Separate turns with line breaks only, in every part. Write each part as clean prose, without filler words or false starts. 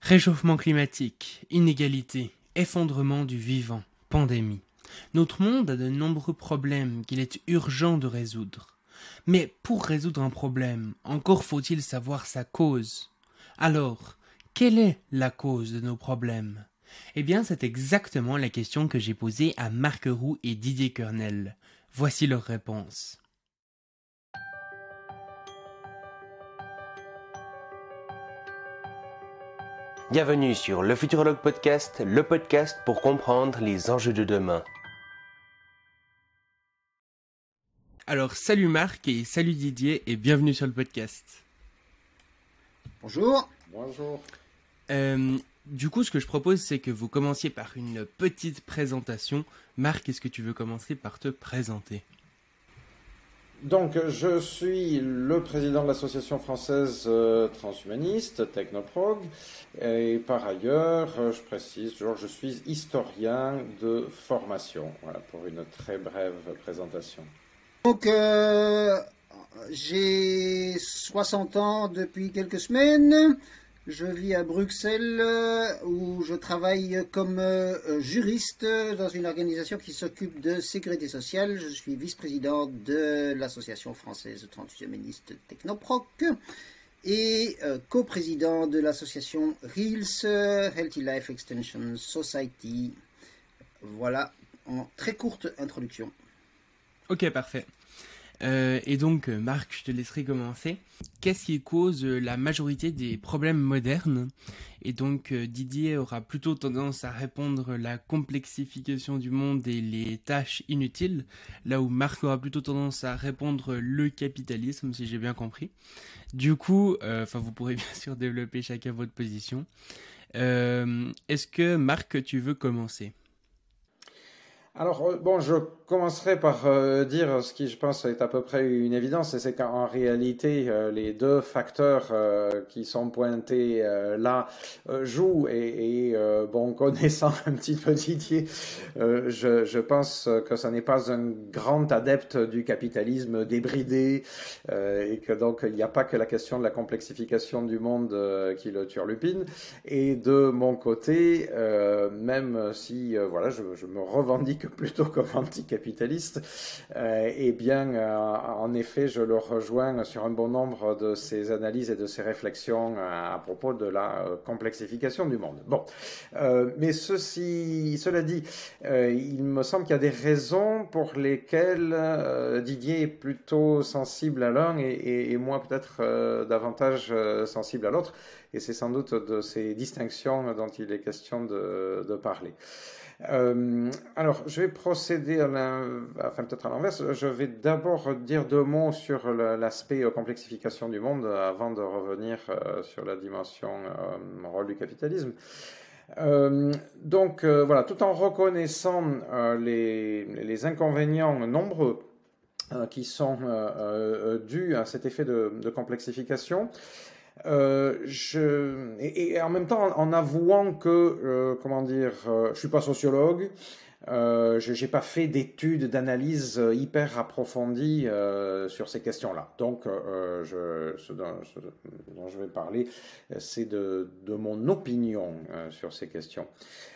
Réchauffement climatique, inégalité, effondrement du vivant, pandémie. Notre monde a de nombreux problèmes qu'il est urgent de résoudre. Mais pour résoudre un problème, encore faut-il savoir sa cause. Alors, quelle est la cause de nos problèmes? Eh bien, c'est exactement la question que j'ai posée à Marc Roux et Didier Kernel. Voici leurs réponses.
Bienvenue sur le Futurologue Podcast, le podcast pour comprendre les enjeux de demain.
Alors, salut Marc et salut Didier et bienvenue sur le podcast.
Bonjour.
Bonjour.
Du coup, ce que je propose, c'est que vous commenciez par une petite présentation. Marc, est-ce que tu veux commencer par te présenter?
Donc, je suis le président de l'association française transhumaniste, Technoprog, et par ailleurs, je précise toujours, je suis historien de formation. Voilà, pour une très brève présentation.
Donc, j'ai 60 ans depuis quelques semaines. Je vis à Bruxelles où je travaille comme juriste dans une organisation qui s'occupe de sécurité sociale. Je suis vice-président de l'association française transhumaniste Technoproc et coprésident de l'association Reels Healthy Life Extension Society. Voilà, en très courte introduction.
Ok, parfait. Et donc, Marc, je te laisserai commencer. Qu'est-ce qui cause la majorité des problèmes modernes? Et donc, Didier aura plutôt tendance à répondre la complexification du monde et les tâches inutiles, là où Marc aura plutôt tendance à répondre le capitalisme, si j'ai bien compris. Du coup, vous pourrez bien sûr développer chacun votre position. Est-ce que, Marc, tu veux commencer?
Alors, je commencerai par dire ce qui, je pense, est à peu près une évidence, et c'est qu'en réalité, les deux facteurs qui sont pointés là jouent, connaissant un petit peu Didier, je pense que ce n'est pas un grand adepte du capitalisme débridé, et que donc il n'y a pas que la question de la complexification du monde qui le turlupine. Et de mon côté, même si je me revendique plutôt comme anticapitaliste, en effet, je le rejoins sur un bon nombre de ses analyses et de ses réflexions à propos de la complexification du monde. Bon, mais cela dit, il me semble qu'il y a des raisons pour lesquelles Didier est plutôt sensible à l'un et moi peut-être davantage sensible à l'autre, et c'est sans doute de ces distinctions dont il est question de parler. Alors, je vais procéder peut-être à l'inverse. Je vais d'abord dire deux mots sur l'aspect complexification du monde avant de revenir sur la dimension rôle du capitalisme. Tout en reconnaissant les inconvénients nombreux qui sont dus à cet effet de complexification, et en même temps en avouant que je suis pas sociologue, j'ai pas fait d'études, d'analyse hyper approfondies sur ces questions-là. Donc, ce dont je vais parler, c'est de mon opinion sur ces questions.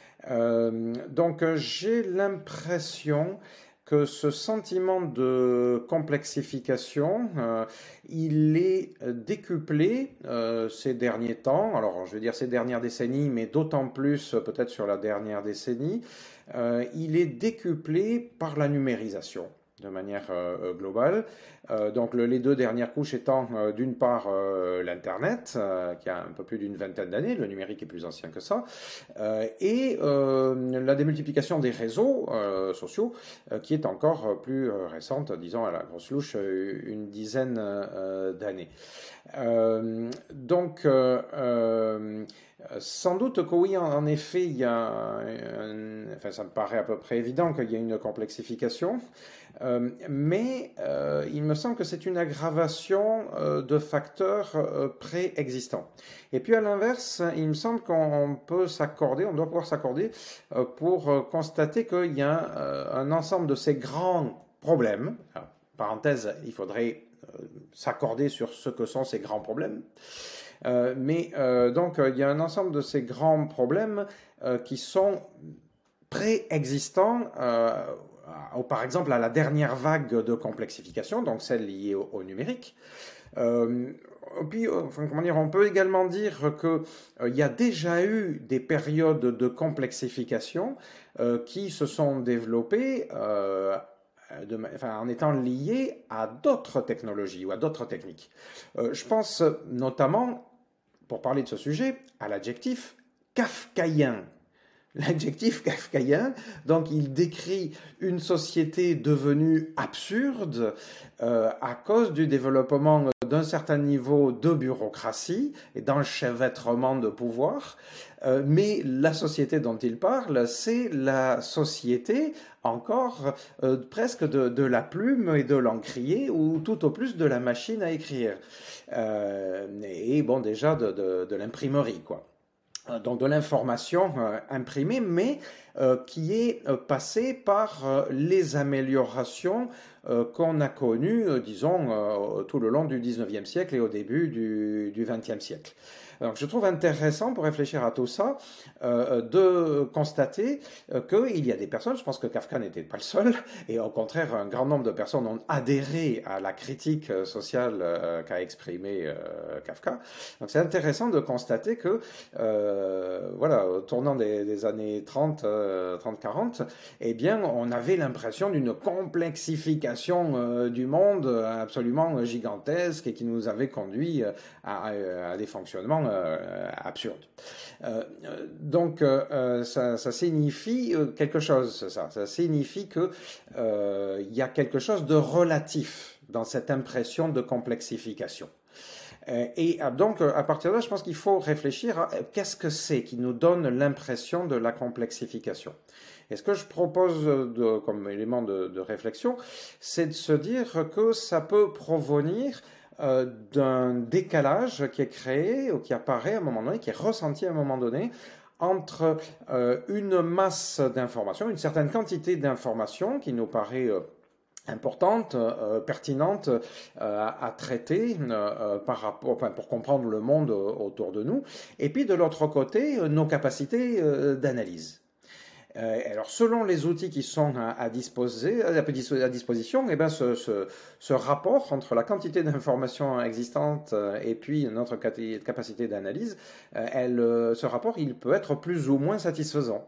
J'ai l'impression que ce sentiment de complexification, il est décuplé ces derniers temps, alors je vais dire ces dernières décennies, mais d'autant plus peut-être sur la dernière décennie, il est décuplé par la numérisation de manière globale. Les deux dernières couches étant d'une part l'Internet, qui a un peu plus d'une vingtaine d'années, le numérique est plus ancien que ça, et la démultiplication des réseaux sociaux, qui est encore plus récente, disons à la grosse louche, une dizaine d'années. Sans doute que oui, en effet, il y a ça me paraît à peu près évident qu'il y a une complexification, mais il me semble que c'est une aggravation de facteurs préexistants. Et puis à l'inverse, il me semble qu'on doit pouvoir s'accorder pour constater qu'il y a un ensemble de ces grands problèmes. Alors, parenthèse, il faudrait s'accorder sur ce que sont ces grands problèmes. Donc, il y a un ensemble de ces grands problèmes qui sont préexistants, par exemple, à la dernière vague de complexification, donc celle liée au numérique. Puis, comment dire, on peut également dire qu'il y a déjà eu des périodes de complexification qui se sont développées en étant liées à d'autres technologies ou à d'autres techniques. Je pense notamment, pour parler de ce sujet, à l'adjectif kafkaïen. L'adjectif kafkaïen, donc il décrit une société devenue absurde à cause du développement d'un certain niveau de bureaucratie et d'enchevêtrement de pouvoir. Mais la société dont il parle, c'est la société encore presque de la plume et de l'encrier, ou tout au plus de la machine à écrire. Et bon, déjà de l'imprimerie, quoi. Donc de l'information imprimée, mais qui est passée par les améliorations qu'on a connues, disons, tout le long du 19e siècle et au début du 20e siècle. Donc je trouve intéressant, pour réfléchir à tout ça, de constater qu'il y a des personnes, je pense que Kafka n'était pas le seul, et au contraire, un grand nombre de personnes ont adhéré à la critique sociale qu'a exprimée Kafka. Donc c'est intéressant de constater que, voilà, au tournant des années 30-40, eh bien, on avait l'impression d'une complexification du monde absolument gigantesque et qui nous avait conduit à des fonctionnements absurde. Donc ça signifie quelque chose, ça signifie que il y a quelque chose de relatif dans cette impression de complexification. Et donc, à partir de là, je pense qu'il faut réfléchir à qu'est-ce que c'est qui nous donne l'impression de la complexification. Et ce que je propose comme élément de réflexion, c'est de se dire que ça peut provenir d'un décalage qui est créé ou qui apparaît à un moment donné, qui est ressenti à un moment donné, entre une masse d'informations, une certaine quantité d'informations qui nous paraît importante, pertinente à traiter pour comprendre le monde autour de nous, et puis de l'autre côté, nos capacités d'analyse. Alors, selon les outils qui sont à disposition, eh ben, ce rapport entre la quantité d'informations existantes et puis notre capacité d'analyse, ce rapport, il peut être plus ou moins satisfaisant.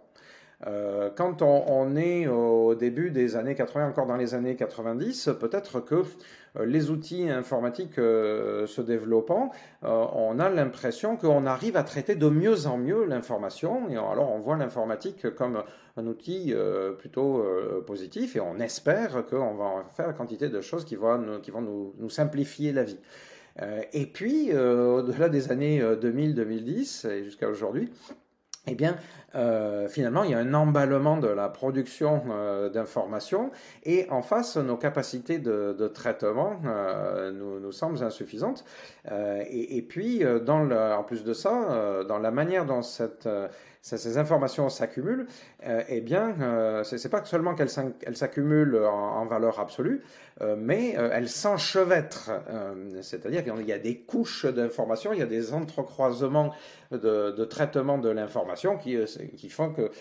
Quand on est au début des années 80, encore dans les années 90, peut-être que les outils informatiques se développant, on a l'impression qu'on arrive à traiter de mieux en mieux l'information, et alors on voit l'informatique comme un outil plutôt positif, et on espère qu'on va faire la quantité de choses qui vont nous simplifier la vie. Et puis, au-delà des années 2000-2010 et jusqu'à aujourd'hui, eh bien, finalement, il y a un emballement de la production d'informations, et en face, nos capacités de traitement nous semblent insuffisantes. Et puis, en plus de ça, dans la manière dont ces informations s'accumulent, eh bien, c'est pas seulement qu'elles s'accumulent en valeur absolue, mais elles s'enchevêtrent. C'est-à-dire qu'il y a des couches d'informations, il y a des entrecroisements de traitement de l'information qui font que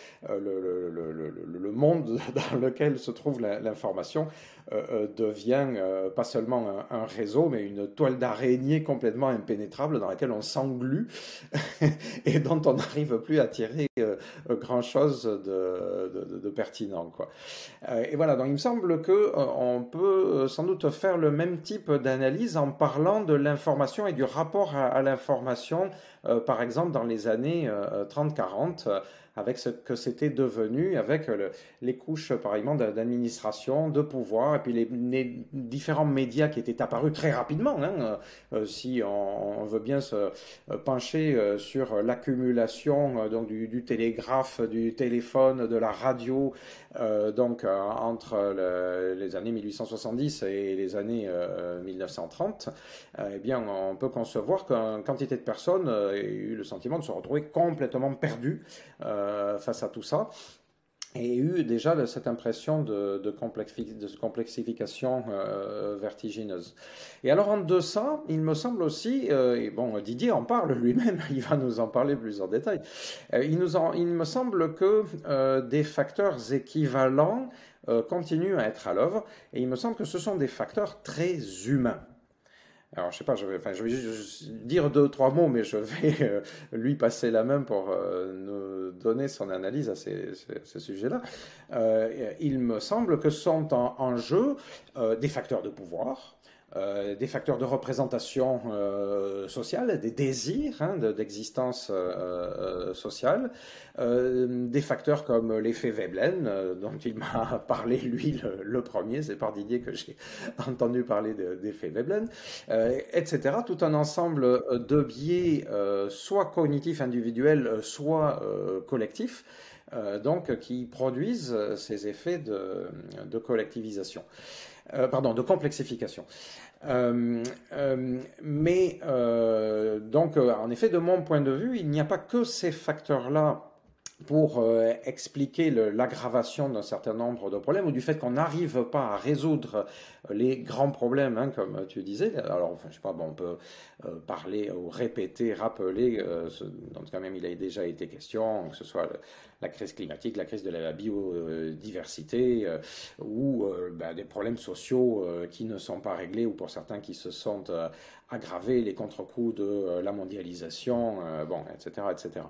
le monde dans lequel se trouve l'information devient pas seulement un réseau, mais une toile d'araignée complètement impénétrable dans laquelle on s'englue et dont on n'arrive plus à tirer grand-chose de pertinent, quoi. Et voilà, donc il me semble qu'on peut sans doute faire le même type d'analyse en parlant de l'information et du rapport à l'information, par exemple dans les années 30-40, avec ce que c'était devenu, avec les couches, par exemple, d'administration, de pouvoir, et puis les différents médias qui étaient apparus très rapidement. Si on veut bien se pencher sur l'accumulation donc du télégraphe, du téléphone, de la radio, entre les années 1870 et les années 1930, eh bien, on peut concevoir qu'une quantité de personnes ait eu le sentiment de se retrouver complètement perdues face à tout ça. et eu déjà cette impression de complexification vertigineuse. Et alors en deçà, il me semble aussi, et bon, Didier en parle lui-même, il va nous en parler plus en détail, il me semble que des facteurs équivalents continuent à être à l'œuvre, et il me semble que ce sont des facteurs très humains. Alors, je sais pas, je vais juste dire deux, trois mots, mais je vais lui passer la main pour nous donner son analyse à ces sujets-là. Il me semble que sont en jeu des facteurs de pouvoir, des facteurs de représentation sociale, des désirs d'existence sociale, des facteurs comme l'effet Veblen, dont il m'a parlé lui le premier, c'est par Didier que j'ai entendu parler d'effet Veblen, etc. Tout un ensemble de biais, soit cognitifs individuels, soit collectifs, donc qui produisent ces effets de collectivisation. Pardon, de complexification. Donc, en effet, de mon point de vue, il n'y a pas que ces facteurs-là pour expliquer l'aggravation d'un certain nombre de problèmes ou du fait qu'on n'arrive pas à résoudre les grands problèmes, comme tu disais. Alors, enfin, je sais pas, bon, on peut parler ou répéter, rappeler, dont quand même il a déjà été question, que ce soit la crise climatique, la crise de la biodiversité ou des problèmes sociaux qui ne sont pas réglés ou pour certains qui se sont aggravés, les contre-coups de la mondialisation, bon, etc., etc.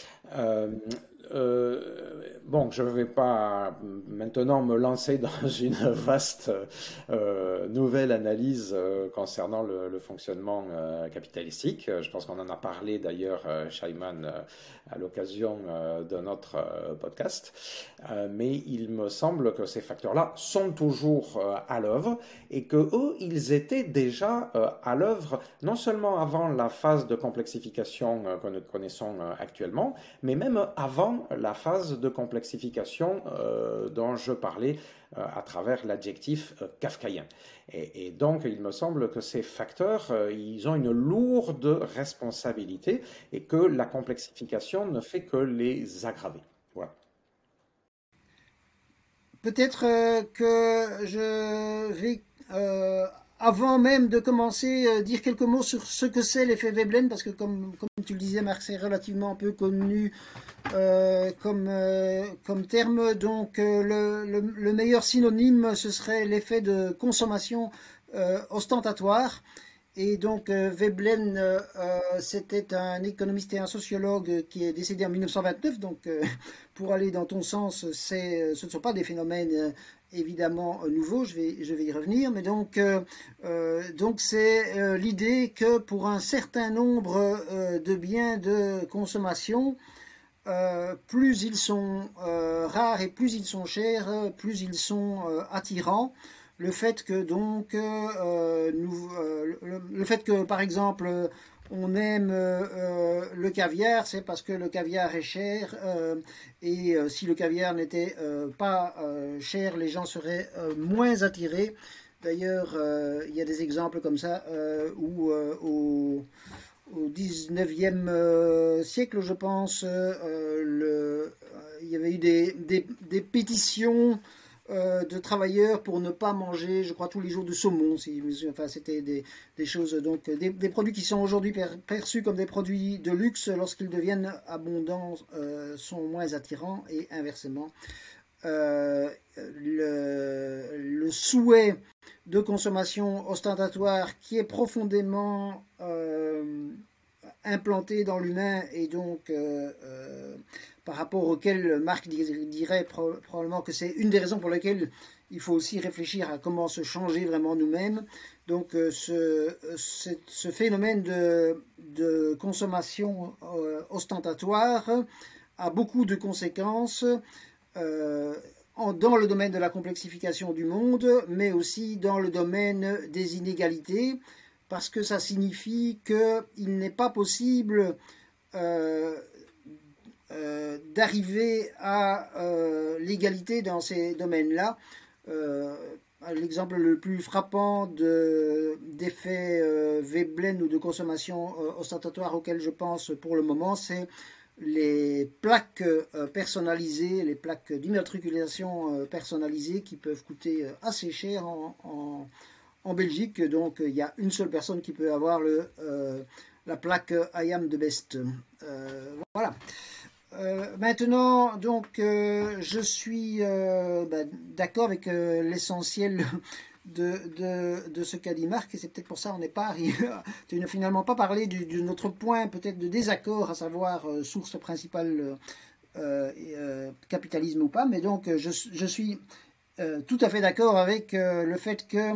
Bon, je ne vais pas maintenant me lancer dans une vaste nouvelle analyse concernant le fonctionnement capitalistique. Je pense qu'on en a parlé d'ailleurs, Shaiman, à l'occasion de notre podcast. Mais il me semble que ces facteurs-là sont toujours à l'œuvre et que eux, ils étaient déjà à l'œuvre non seulement avant la phase de complexification que nous connaissons actuellement, mais même avant la phase de complexification dont je parlais à travers l'adjectif kafkaïen. Et donc, il me semble que ces facteurs, ils ont une lourde responsabilité et que la complexification ne fait que les aggraver. Voilà.
Peut-être que je vais, avant même de commencer, dire quelques mots sur ce que c'est l'effet Veblen, parce que comme tu le disais, Marc, c'est relativement peu connu comme terme. Donc le meilleur synonyme, ce serait l'effet de consommation ostentatoire. Et donc Veblen, c'était un économiste et un sociologue qui est décédé en 1929. Donc pour aller dans ton sens, ce ne sont pas des phénomènes évidemment nouveaux, je vais y revenir. Mais donc c'est l'idée que pour un certain nombre de biens de consommation, plus ils sont rares et plus ils sont chers, plus ils sont attirants. Le fait que donc le fait que par exemple on aime le caviar, c'est parce que le caviar est cher et si le caviar n'était pas cher, les gens seraient moins attirés. D'ailleurs, il y a des exemples comme ça où au 19e siècle, je pense, il y avait eu des pétitions de travailleurs pour ne pas manger, je crois, tous les jours de saumon. Enfin, c'était des choses, donc des produits qui sont aujourd'hui perçus comme des produits de luxe, lorsqu'ils deviennent abondants, sont moins attirants, et inversement. Le souhait de consommation ostentatoire qui est profondément implanté dans l'humain et donc par rapport auquel Marc dirait probablement que c'est une des raisons pour lesquelles il faut aussi réfléchir à comment se changer vraiment nous-mêmes. Donc ce phénomène de consommation ostentatoire a beaucoup de conséquences dans le domaine de la complexification du monde, mais aussi dans le domaine des inégalités, parce que ça signifie qu'il n'est pas possible d'arriver à l'égalité dans ces domaines-là. L'exemple le plus frappant d'effet Veblen ou de consommation ostentatoire auquel je pense pour le moment, c'est les plaques personnalisées, les plaques d'immatriculation personnalisées qui peuvent coûter assez cher en Belgique. Donc il y a une seule personne qui peut avoir la plaque I am the best. Voilà. Maintenant, donc, je suis d'accord avec l'essentiel de ce qu'a dit Marc, et c'est peut-être pour ça qu'on n'est pas arrivé. Tu n'as finalement pas parlé de notre point peut-être de désaccord, à savoir source principale capitalisme ou pas, mais donc je suis tout à fait d'accord avec le fait que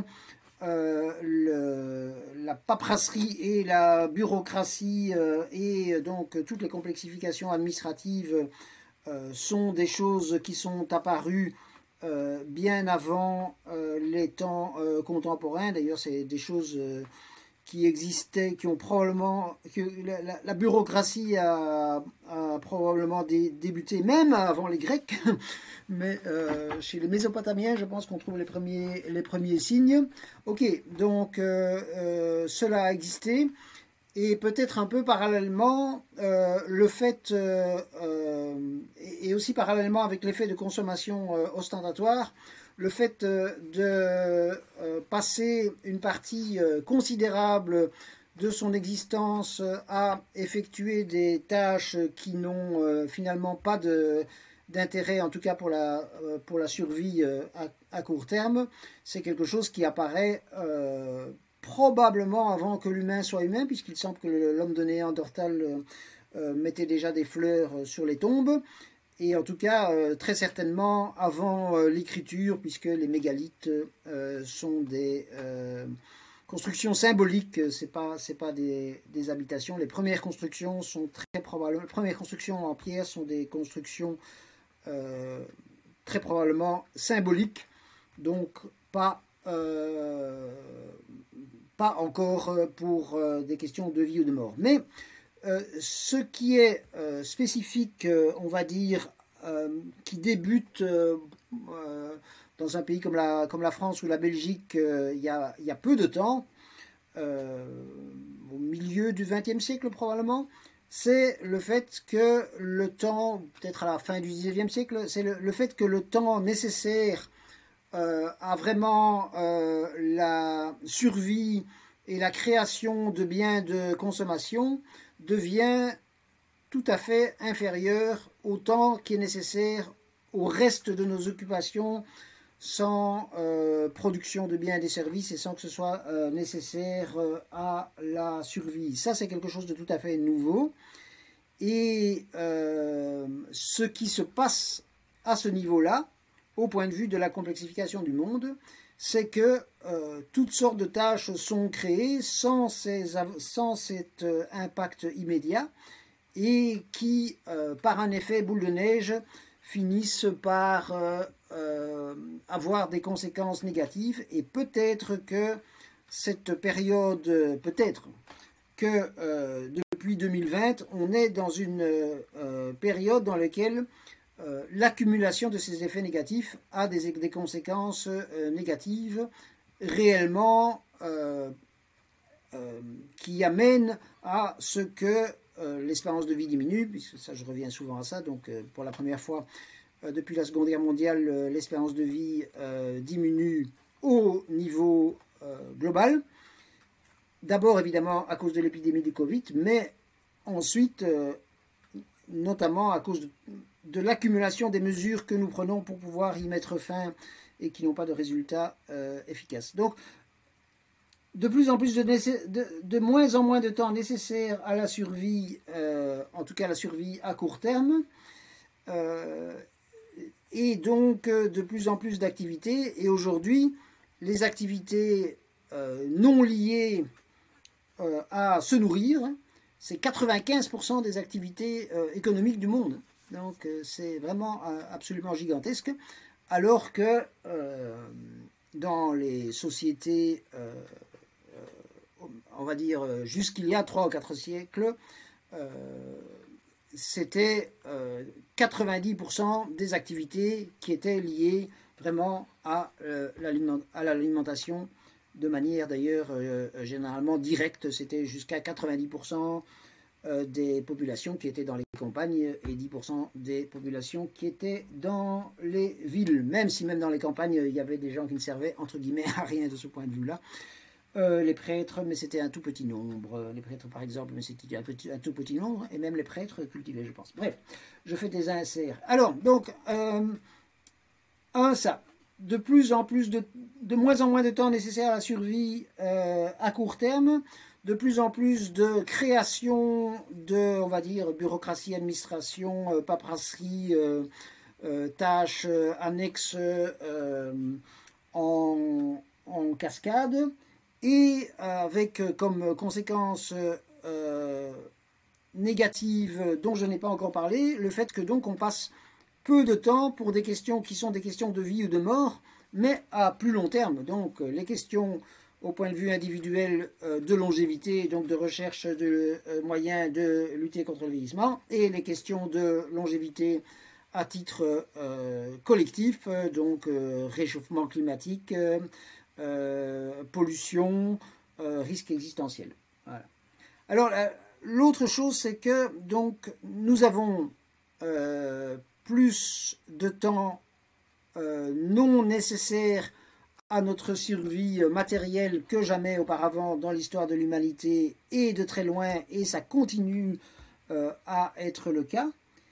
la paperasserie et la bureaucratie et donc toutes les complexifications administratives sont des choses qui sont apparues bien avant les temps contemporains. D'ailleurs, c'est des choses qui existaient, qui ont probablement... la bureaucratie a probablement débuté même avant les Grecs, mais chez les Mésopotamiens, je pense qu'on trouve les premiers signes. Ok, donc cela a existé. Et peut-être un peu parallèlement, le fait, et aussi parallèlement avec l'effet de consommation ostentatoire, le fait de passer une partie considérable de son existence à effectuer des tâches qui n'ont finalement pas d'intérêt, en tout cas pour la survie à court terme, c'est quelque chose qui apparaît probablement avant que l'humain soit humain, puisqu'il semble que l'homme de Néandertal mettait déjà des fleurs sur les tombes, et en tout cas très certainement avant l'écriture, puisque les mégalithes sont des constructions symboliques, c'est pas des habitations. Les premières constructions sont très probablement, les premières constructions en pierre sont des constructions très probablement symboliques, donc pas encore pour des questions de vie ou de mort. Mais ce qui est spécifique, on va dire, qui débute dans un pays comme la France ou la Belgique il y a peu de temps, au milieu du XXe siècle probablement, c'est le fait que le temps, peut-être à la fin du XIXe siècle, c'est le fait que le temps nécessaire à vraiment la survie et la création de biens de consommation devient tout à fait inférieur au temps qui est nécessaire au reste de nos occupations sans production de biens et des services et sans que ce soit nécessaire à la survie. Ça, c'est quelque chose de tout à fait nouveau. Et ce qui se passe à ce niveau-là, au point de vue de la complexification du monde, c'est que toutes sortes de tâches sont créées sans cet impact immédiat et qui, par un effet boule de neige, finissent par avoir des conséquences négatives. Et peut-être que cette période, peut-être que depuis 2020, on est dans une période dans laquelle l'accumulation de ces effets négatifs a des conséquences négatives réellement qui amènent à ce que l'espérance de vie diminue, puisque ça je reviens souvent à ça, donc pour la première fois depuis la Seconde Guerre mondiale, l'espérance de vie diminue au niveau global. D'abord évidemment à cause de l'épidémie du Covid, mais ensuite notamment à cause de l'accumulation des mesures que nous prenons pour pouvoir y mettre fin et qui n'ont pas de résultats efficaces. Donc, de plus en plus de moins en moins de temps nécessaire à la survie, en tout cas la survie à court terme, et donc de plus en plus d'activités. Et aujourd'hui, les activités non liées à se nourrir, c'est 95% des activités économiques du monde. Donc c'est vraiment absolument gigantesque, alors que dans les sociétés, on va dire jusqu'il y a 3 ou 4 siècles, c'était 90% des activités qui étaient liées vraiment à l'alimentation, de manière d'ailleurs généralement directe, c'était jusqu'à 90%. des populations qui étaient dans les campagnes et 10% des populations qui étaient dans les villes, même si même dans les campagnes, il y avait des gens qui ne servaient, entre guillemets, à rien de ce point de vue-là. Les prêtres, mais c'était un tout petit nombre. Les prêtres, par exemple, mais c'était un tout petit nombre, et même les prêtres cultivaient, je pense. Bref, je fais des inserts. Alors, donc, ça. De plus en plus, de moins en moins de temps nécessaire à la survie à court terme, de plus en plus de création de, on va dire, bureaucratie, administration, paperasserie, tâches annexes en cascade, et avec comme conséquence négative dont je n'ai pas encore parlé, le fait que donc on passe peu de temps pour des questions qui sont des questions de vie ou de mort, mais à plus long terme. Donc les questions au point de vue individuel de longévité, donc de recherche de moyens de lutter contre le vieillissement, et les questions de longévité à titre collectif, donc réchauffement climatique, pollution, risque existentiel. Voilà. Alors l'autre chose, c'est que donc nous avons plus de temps non nécessaire à notre survie matérielle que jamais auparavant dans l'histoire de l'humanité, et de très loin, et ça continue à être le cas.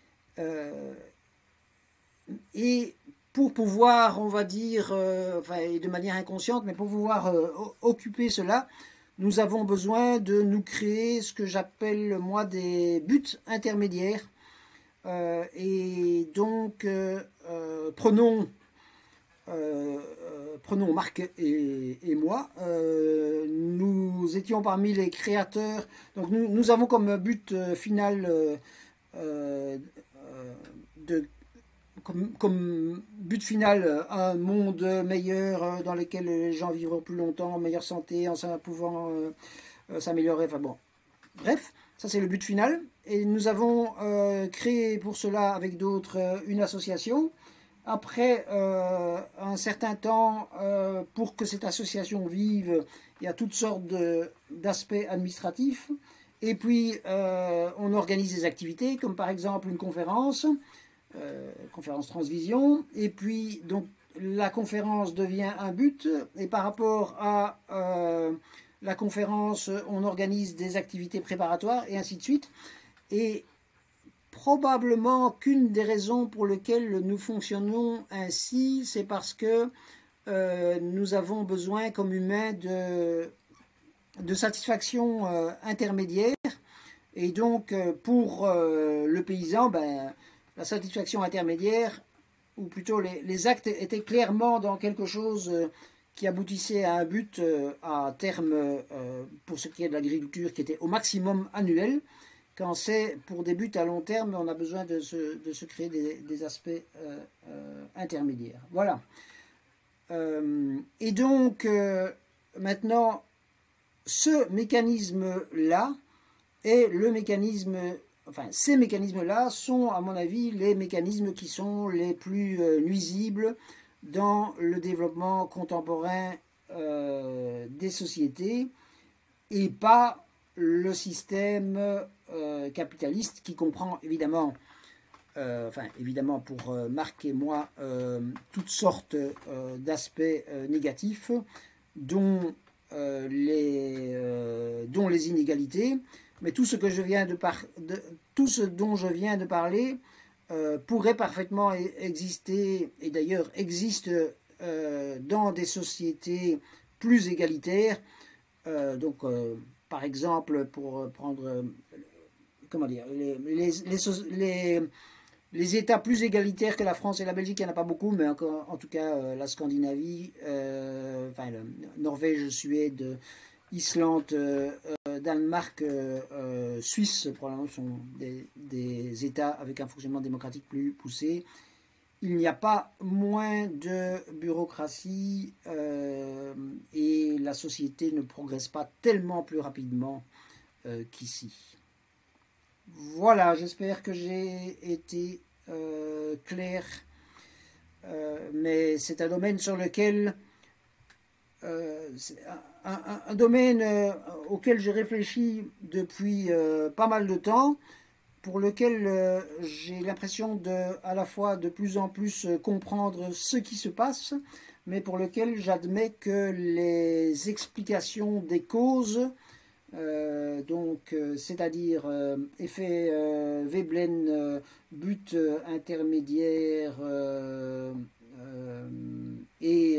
Et pour pouvoir, on va dire, et de manière inconsciente, mais pour pouvoir occuper cela, nous avons besoin de nous créer ce que j'appelle, moi, des buts intermédiaires. Et donc, prenons Marc et moi, nous étions parmi les créateurs. Donc nous avons comme but final comme but final un monde meilleur dans lequel les gens vivront plus longtemps, en meilleure santé, en pouvant s'améliorer. Enfin bon, bref, ça c'est le but final. Et nous avons créé pour cela avec d'autres une association. Après un certain temps, pour que cette association vive, il y a toutes sortes d'aspects administratifs. Et puis, on organise des activités, comme par exemple une conférence Transvision. Et puis, donc, la conférence devient un but. Et par rapport à la conférence, on organise des activités préparatoires, et ainsi de suite. Et probablement qu'une des raisons pour lesquelles nous fonctionnons ainsi, c'est parce que nous avons besoin comme humains de satisfaction intermédiaire. Et donc pour le paysan, la satisfaction intermédiaire, ou plutôt les actes étaient clairement dans quelque chose qui aboutissait à un but à terme, pour ce qui est de l'agriculture, qui était au maximum annuel. Quand c'est pour des buts à long terme, on a besoin de se créer des aspects intermédiaires. Voilà. Et donc, maintenant, ce mécanisme-là est le mécanisme... Enfin, ces mécanismes-là sont, à mon avis, les mécanismes qui sont les plus nuisibles dans le développement contemporain des sociétés, et pas le système capitaliste, qui comprend évidemment, évidemment pour Marc et moi, toutes sortes d'aspects négatifs, dont les inégalités, mais tout ce dont je viens de parler pourrait parfaitement exister, et d'ailleurs existe dans des sociétés plus égalitaires. Par exemple, pour prendre, les États plus égalitaires que la France et la Belgique, il n'y en a pas beaucoup, mais en tout cas la Scandinavie, Norvège, Suède, Islande, Danemark, Suisse, probablement sont des États avec un fonctionnement démocratique plus poussé. Il n'y a pas moins de bureaucratie et la société ne progresse pas tellement plus rapidement qu'ici. Voilà, j'espère que j'ai été clair, mais c'est un domaine sur lequel c'est un domaine auquel j'ai réfléchi depuis pas mal de temps, pour lequel j'ai l'impression à la fois de plus en plus comprendre ce qui se passe, mais pour lequel j'admets que les explications des causes, c'est-à-dire effet Veblen, but intermédiaire et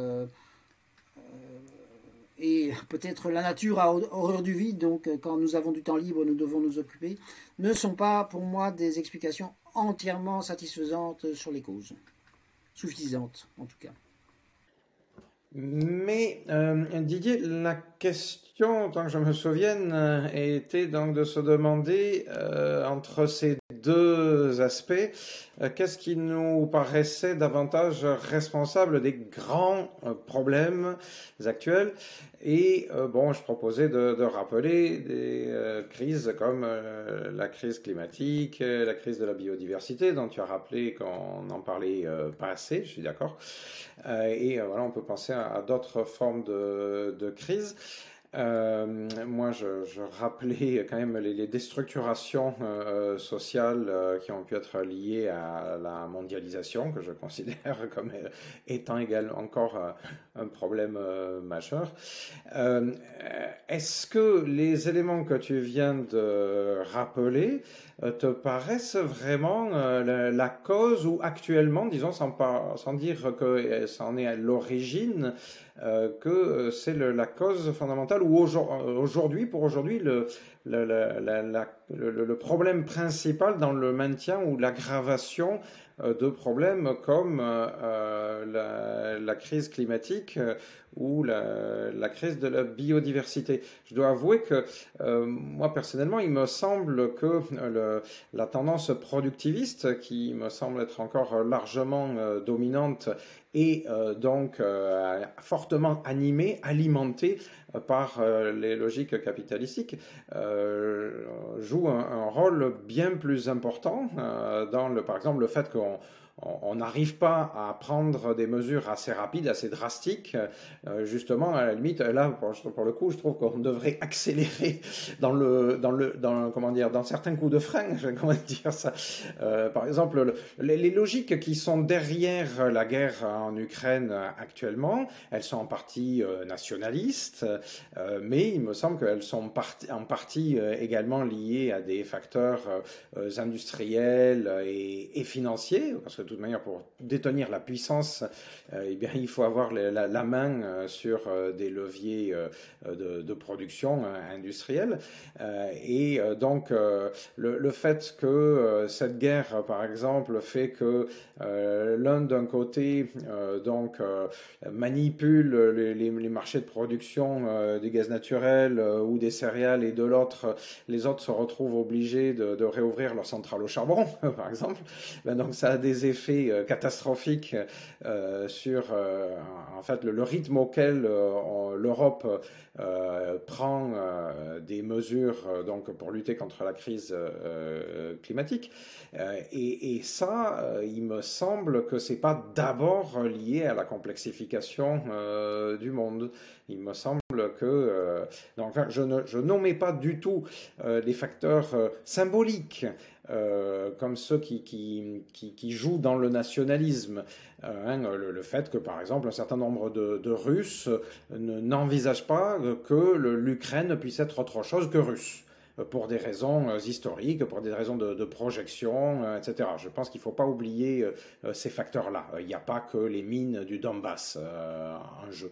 peut-être la nature a horreur du vide, donc quand nous avons du temps libre, nous devons nous occuper, ne sont pas pour moi des explications entièrement satisfaisantes sur les causes. Suffisantes, en tout cas.
Mais Didier, la question, tant que je me souvienne, était donc de se demander entre ces deux aspects, qu'est-ce qui nous paraissait davantage responsable des grands problèmes actuels. Et bon, je proposais de rappeler des crises comme la crise climatique, la crise de la biodiversité, dont tu as rappelé qu'on n'en parlait pas assez, je suis d'accord. Et voilà, on peut penser à d'autres formes de crise. Moi, je rappelais quand même les déstructurations sociales qui ont pu être liées à la mondialisation, que je considère comme étant également encore un problème majeur. Est-ce que les éléments que tu viens de rappeler te paraissent vraiment la cause, ou actuellement, disons sans dire que ça en est à l'origine, que c'est la cause fondamentale, ou aujourd'hui, le problème principal dans le maintien ou l'aggravation de problèmes comme la crise climatique ou la crise de la biodiversité. Je dois avouer que moi personnellement, il me semble que la tendance productiviste, qui me semble être encore largement dominante et donc fortement animée, alimentée par les logiques capitalistiques, joue un rôle bien plus important dans par exemple le fait qu'on n'arrive pas à prendre des mesures assez rapides, assez drastiques. Justement, à la limite, là, pour le coup, je trouve qu'on devrait accélérer dans certains coups de frein, comment dire ça. Par exemple, les logiques qui sont derrière la guerre en Ukraine actuellement, elles sont en partie nationalistes, mais il me semble qu'elles sont en partie également liées à des facteurs industriels et financiers, parce que de toute manière, pour détenir la puissance, eh bien, il faut avoir la main sur des leviers de production industrielle. Et donc, le fait que cette guerre, par exemple, fait que l'un d'un côté manipule les marchés de production des gaz naturels ou des céréales, et de l'autre, les autres se retrouvent obligés de réouvrir leurs centrales au charbon, par exemple. Ben donc ça a des effets catastrophiques sur en fait le rythme auquel l'Europe prend des mesures donc pour lutter contre la crise climatique. Et ça, il me semble que c'est pas d'abord lié à la complexification du monde. Il me semble que donc, enfin, je nommais pas du tout les facteurs symboliques comme ceux qui jouent dans le nationalisme. Le fait que, par exemple, un certain nombre de Russes n'envisagent pas que l'Ukraine puisse être autre chose que russe, pour des raisons historiques, pour des raisons de projection, etc. Je pense qu'il ne faut pas oublier ces facteurs-là. Il n'y a pas que les mines du Donbass en jeu.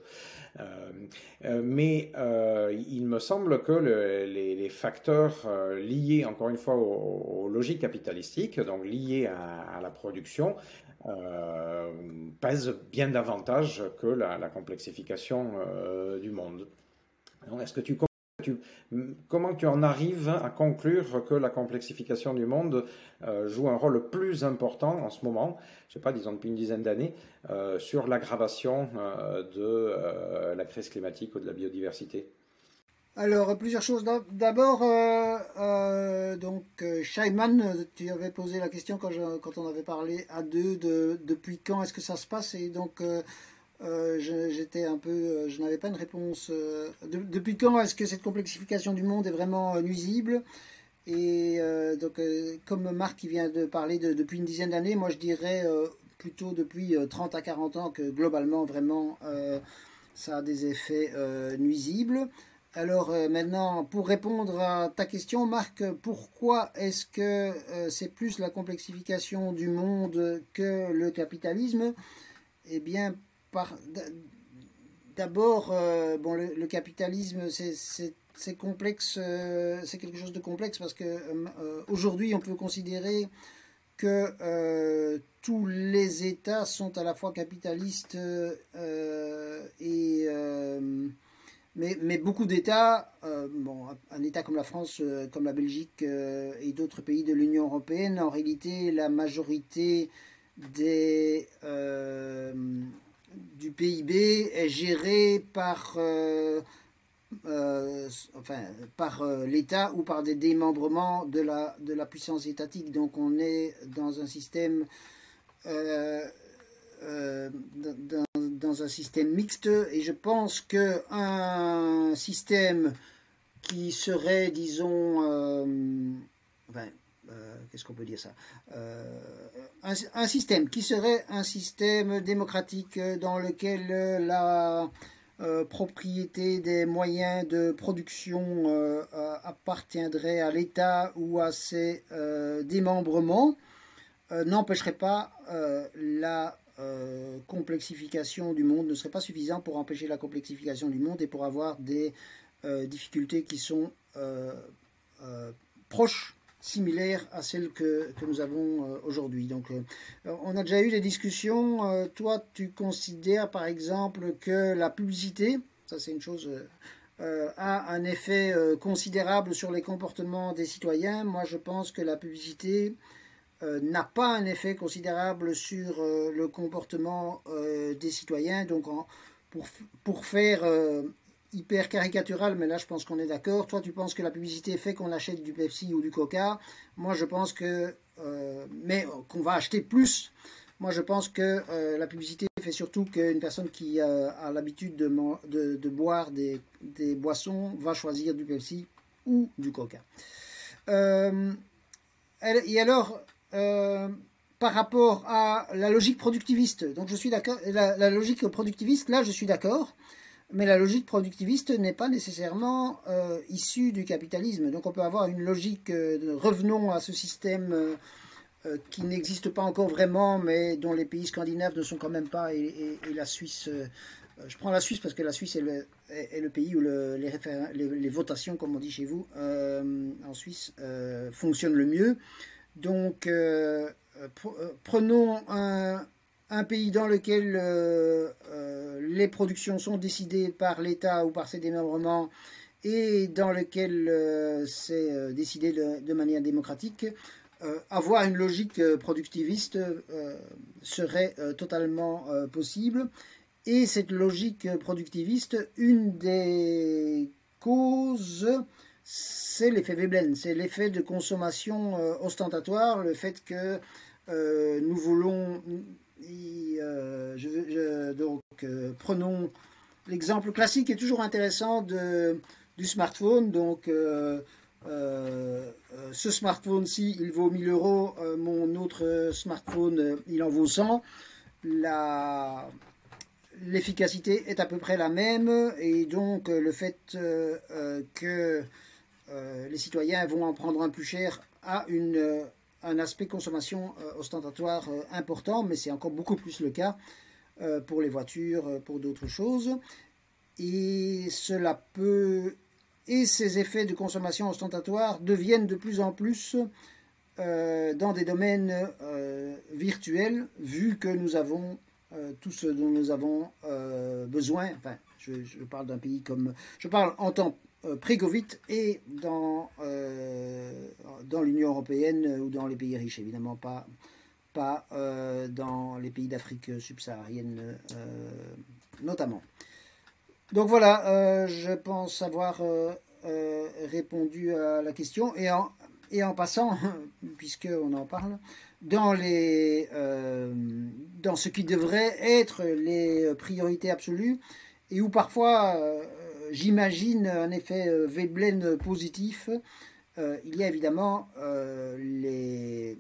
Mais il me semble que les facteurs liés, encore une fois, aux logiques capitalistiques, donc liés à la production, pèsent bien davantage que la complexification du monde. Donc, comment tu en arrives à conclure que la complexification du monde joue un rôle plus important en ce moment, je ne sais pas, disons depuis une dizaine d'années, sur l'aggravation de la crise climatique ou de la biodiversité?
Alors, plusieurs choses. D'abord, Scheiman, tu avais posé la question quand on avait parlé à deux depuis quand est-ce que ça se passe, et donc j'étais un peu, je n'avais pas une réponse. Depuis quand est-ce que cette complexification du monde est vraiment nuisible? Et donc, comme Marc qui vient de parler depuis une dizaine d'années, moi je dirais plutôt depuis 30 à 40 ans que globalement, vraiment, ça a des effets nuisibles. Alors maintenant, pour répondre à ta question, Marc, pourquoi est-ce que c'est plus la complexification du monde que le capitalisme? Eh bien, d'abord, bon, le capitalisme, c'est complexe, c'est quelque chose de complexe parce que aujourd'hui, on peut considérer que tous les États sont à la fois capitalistes mais beaucoup d'États, bon, un État comme la France, comme la Belgique et d'autres pays de l'Union européenne, en réalité, la majorité du PIB est gérée par l'État ou par des démembrements de la puissance étatique. Donc on est dans un système mixte, et je pense qu'un système qui serait, disons, qu'est-ce qu'on peut dire ça, un système qui serait un système démocratique dans lequel la propriété des moyens de production appartiendrait à l'État ou à ses démembrements, n'empêcherait pas la complexification du monde, ne serait pas suffisant pour empêcher la complexification du monde et pour avoir des difficultés qui sont proches, similaires à celles que nous avons aujourd'hui. Donc on a déjà eu des discussions. Toi, tu considères par exemple que la publicité, ça c'est une chose, a un effet considérable sur les comportements des citoyens. Moi je pense que la publicité n'a pas un effet considérable sur le comportement des citoyens. Donc pour faire hyper caricatural, mais là je pense qu'on est d'accord. Toi tu penses que la publicité fait qu'on achète du Pepsi ou du Coca. Moi je pense que mais qu'on va acheter plus. Moi je pense que la publicité fait surtout qu'une personne qui a l'habitude de boire des boissons va choisir du Pepsi ou du Coca. Et alors par rapport à la logique productiviste, donc je suis d'accord, la logique productiviste, là je suis d'accord. Mais la logique productiviste n'est pas nécessairement issue du capitalisme. Donc on peut avoir une logique, revenons à ce système qui n'existe pas encore vraiment, mais dont les pays scandinaves ne sont quand même pas, et la Suisse, je prends la Suisse parce que la Suisse est le pays où les votations, comme on dit chez vous, en Suisse, fonctionnent le mieux. Donc prenons un pays dans lequel les productions sont décidées par l'État ou par ses démembrements et dans lequel c'est décidé de manière démocratique, avoir une logique productiviste serait totalement possible. Et cette logique productiviste, une des causes, c'est l'effet Veblen, c'est l'effet de consommation ostentatoire, le fait que nous voulons... prenons l'exemple classique et toujours intéressant du smartphone. Donc ce smartphone-ci il vaut 1000 €, mon autre smartphone il en vaut 100. L'efficacité est à peu près la même, et donc le fait que les citoyens vont en prendre un plus cher a un aspect consommation ostentatoire important, mais c'est encore beaucoup plus le cas pour les voitures, pour d'autres choses. Et ces effets de consommation ostentatoire deviennent de plus en plus dans des domaines virtuels, vu que nous avons tout ce dont nous avons besoin. Enfin, je parle d'un pays comme... Je parle en temps pré-Covid et dans l'Union européenne ou dans les pays riches, évidemment pas dans les pays d'Afrique subsaharienne notamment. Donc voilà, je pense avoir répondu à la question, et en passant, puisqu'on en parle, dans ce qui devrait être les priorités absolues et où parfois j'imagine un effet Veblen positif. Il y a évidemment les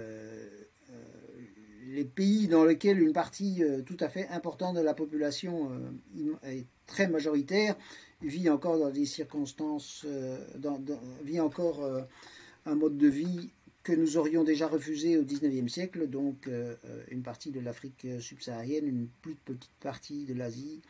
pays dans lesquels une partie tout à fait importante de la population est très majoritaire, vit encore dans des circonstances, vit encore un mode de vie que nous aurions déjà refusé au XIXe siècle, donc une partie de l'Afrique subsaharienne, une plus petite partie de l'Asie.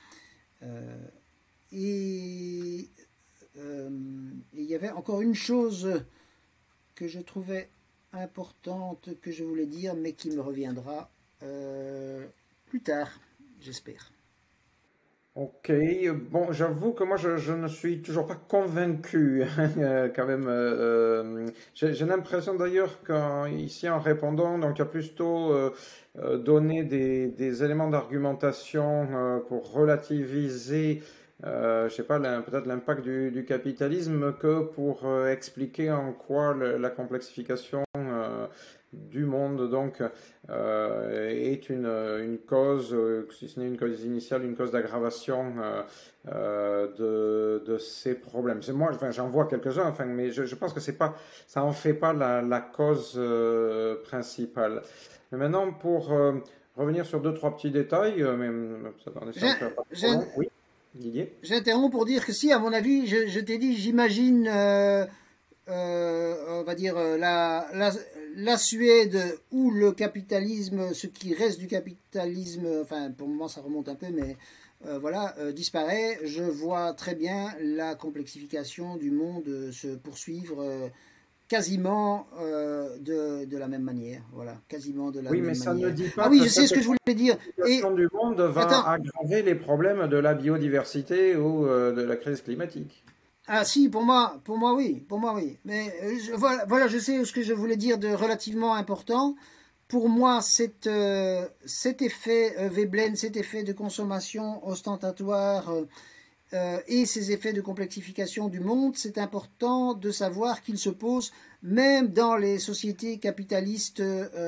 Et il y avait encore une chose que je trouvais importante que je voulais dire, mais qui me reviendra plus tard, j'espère.
Ok, bon, j'avoue que moi je ne suis toujours pas convaincu quand même. J'ai l'impression d'ailleurs qu'ici en répondant, donc il y a plutôt donné des éléments d'argumentation pour relativiser, je sais pas, peut-être l'impact du capitalisme que pour expliquer en quoi la complexification du monde donc est une cause, si ce n'est une cause initiale, une cause d'aggravation de ces problèmes. C'est moi, enfin, j'en vois quelques-uns, enfin, mais je pense que c'est pas, ça en fait pas la cause principale. Mais maintenant, pour revenir sur deux, trois petits détails, mais ça en est pas trop long. Oui, Didier?
J'interromps pour dire que si, à mon avis, je t'ai dit, j'imagine, on va dire, la Suède où le capitalisme, ce qui reste du capitalisme, enfin pour le moment ça remonte un peu, mais voilà, disparaît. Je vois très bien la complexification du monde se poursuivre quasiment de la même manière. Voilà, quasiment de la même manière.
Oui, mais ça ne dit pas
ah oui,
que
je sais ce que je voulais dire.
la situation du monde va aggraver les problèmes de la biodiversité ou de la crise climatique.
Ah si, pour moi oui, Mais voilà, je sais ce que je voulais dire de relativement important. Pour moi, cet effet Veblen, cet effet de consommation ostentatoire et ces effets de complexification du monde, c'est important de savoir qu'ils se posent même dans les sociétés capitalistes,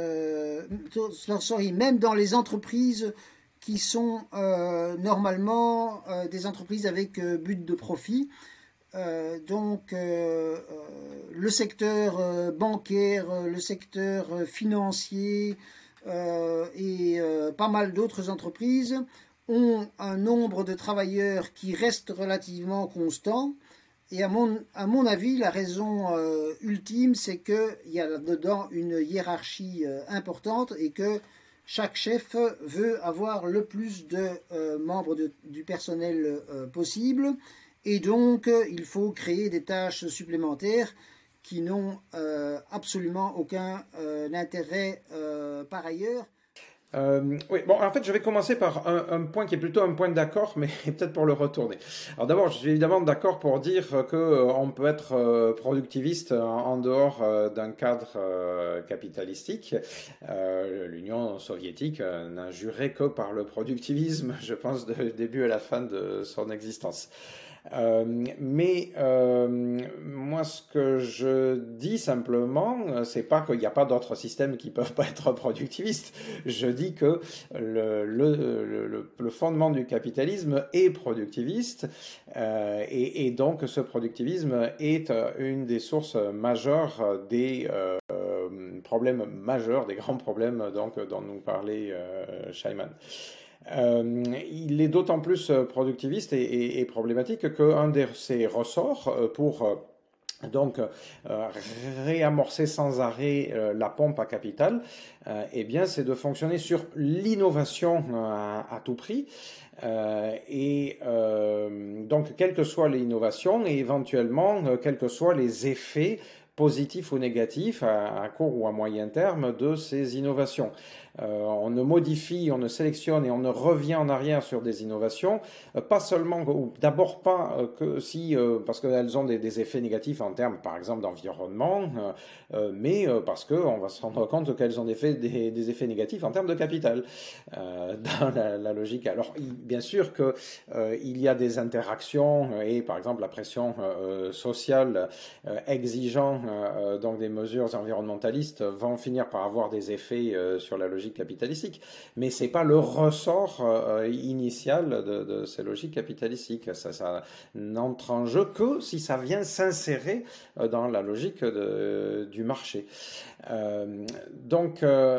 même dans les entreprises qui sont normalement des entreprises avec but de profit. Donc le secteur bancaire, le secteur financier et pas mal d'autres entreprises ont un nombre de travailleurs qui reste relativement constant. Et à mon avis, la raison ultime, c'est qu'il y a là-dedans une hiérarchie importante et que chaque chef veut avoir le plus de membres du personnel possible. Et donc, il faut créer des tâches supplémentaires qui n'ont absolument aucun intérêt par ailleurs.
Oui, bon, en fait, je vais commencer par un point qui est plutôt un point d'accord, mais peut-être pour le retourner. Alors d'abord, je suis évidemment d'accord pour dire que on peut être productiviste en dehors d'un cadre capitalistique. L'Union soviétique n'a juré que par le productivisme, je pense, du début à la fin de son existence. Mais moi, ce que je dis simplement, c'est pas qu'il n'y a pas d'autres systèmes qui peuvent pas être productivistes. Je dis que le fondement du capitalisme est productiviste et donc ce productivisme est une des sources majeures des problèmes majeurs, des grands problèmes donc dont nous parlait Scheinman. Il est d'autant plus productiviste et problématique qu'un de ses ressorts pour donc réamorcer sans arrêt la pompe à capital, eh bien c'est de fonctionner sur l'innovation à tout prix. Donc quelle que soit l'innovation et éventuellement quels que soient les effets positifs ou négatifs à court ou à moyen terme de ces innovations. On ne modifie, on ne sélectionne et on ne revient en arrière sur des innovations, pas seulement, ou d'abord pas que si, parce qu'elles ont des effets négatifs en termes, par exemple, d'environnement, mais parce qu'on va se rendre compte qu'elles ont des effets négatifs en termes de capital, dans la logique. Alors, bien sûr que il y a des interactions et, par exemple, la pression sociale exigeant donc des mesures environnementalistes vont finir par avoir des effets sur la logique capitalistique, mais c'est pas le ressort initial de ces logiques capitalistiques. Ça n'entre en jeu que si ça vient s'insérer dans la logique du marché. Donc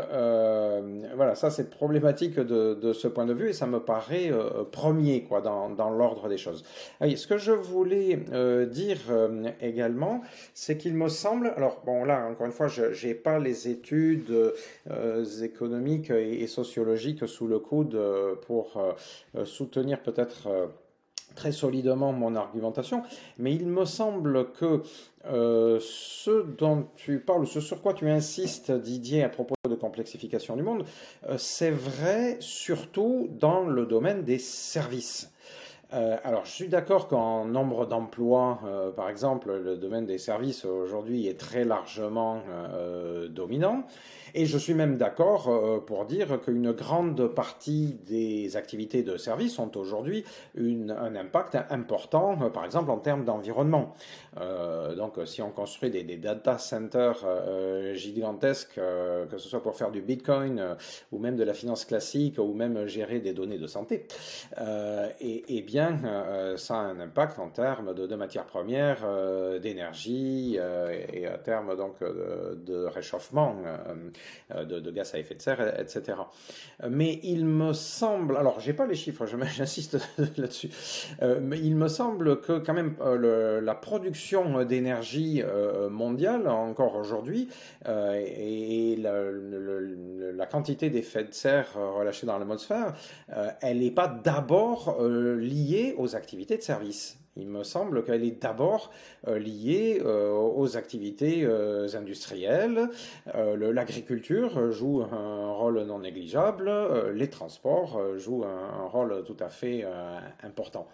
voilà, ça c'est problématique de ce point de vue et ça me paraît premier quoi dans l'ordre des choses. Oui, ce que je voulais dire également, c'est qu'il me semble, alors bon là encore une fois, je n'ai pas les études économiques et sociologiques sous le coude pour soutenir peut-être très solidement mon argumentation, mais il me semble que ce dont tu parles, ce sur quoi tu insistes, Didier, à propos de complexification du monde, c'est vrai surtout dans le domaine des services. Alors, je suis d'accord qu'en nombre d'emplois, par exemple, le domaine des services aujourd'hui est très largement dominant. Et je suis même d'accord pour dire qu'une grande partie des activités de service ont aujourd'hui un impact important, par exemple en termes d'environnement. Donc, si on construit des data centers gigantesques, que ce soit pour faire du Bitcoin ou même de la finance classique ou même gérer des données de santé, et bien, ça a un impact en termes de matières premières, d'énergie et à terme donc de réchauffement, de gaz à effet de serre, etc. Mais il me semble, alors j'ai pas les chiffres, j'insiste là-dessus, mais il me semble que quand même la production d'énergie mondiale encore aujourd'hui et la quantité d'effets de serre relâchés dans l'atmosphère, elle n'est pas d'abord liée aux activités de service. Il me semble qu'elle est d'abord liée aux activités industrielles. L'agriculture joue un rôle non négligeable. Les transports jouent un rôle tout à fait important.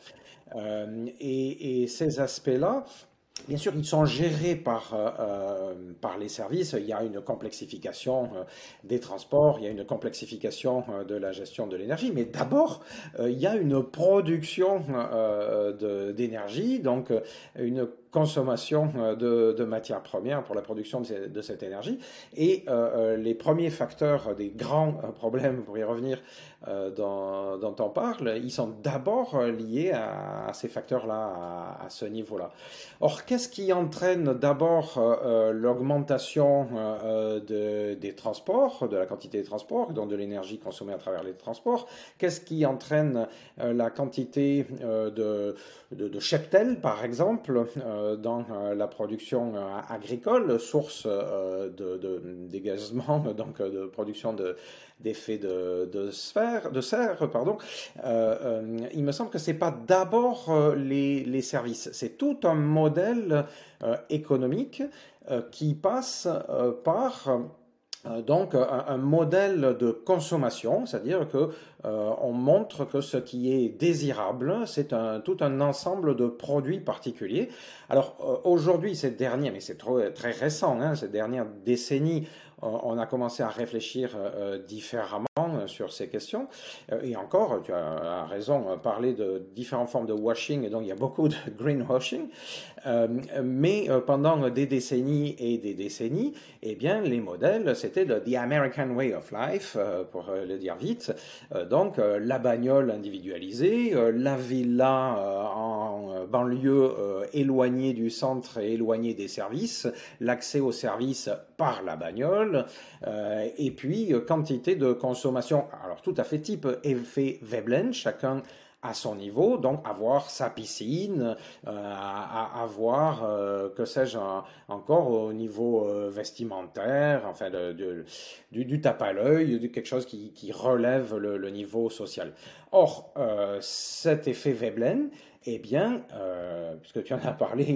Et ces aspects-là, bien sûr, ils sont gérés par les services. Il y a une complexification des transports, il y a une complexification de la gestion de l'énergie, mais d'abord, il y a une production d'énergie, donc une consommation de matières premières pour la production de cette énergie. Et les premiers facteurs des grands problèmes, pour y revenir, dont on parle, ils sont d'abord liés à ces facteurs-là, à ce niveau-là. Or, qu'est-ce qui entraîne d'abord l'augmentation des transports, de la quantité des transports, donc de l'énergie consommée à travers les transports? Qu'est-ce qui entraîne la quantité de cheptel, par exemple, dans la production agricole, source de dégagement, donc de production d'effets de serre, pardon. Il me semble que c'est pas d'abord les services, c'est tout un modèle économique qui passe par donc un modèle de consommation, c'est-à-dire que on montre que ce qui est désirable, c'est tout un ensemble de produits particuliers. Alors aujourd'hui, mais c'est très récent, hein, ces dernières décennies, on a commencé à réfléchir différemment sur ces questions. Et encore, tu as raison, parler de différentes formes de washing, et donc il y a beaucoup de greenwashing. Mais pendant des décennies et des décennies, eh bien, les modèles, c'était le The American Way of Life, pour le dire vite. Donc, la bagnole individualisée, la villa en banlieue éloignée du centre et éloignée des services, l'accès aux services par la bagnole, et puis quantité de consommation, alors tout à fait type effet Veblen, chacun à son niveau, donc avoir sa piscine, avoir, que sais-je, encore au niveau vestimentaire, enfin du tape à l'œil, quelque chose qui relève le niveau social. Or, cet effet Veblen, eh bien, puisque tu en as parlé,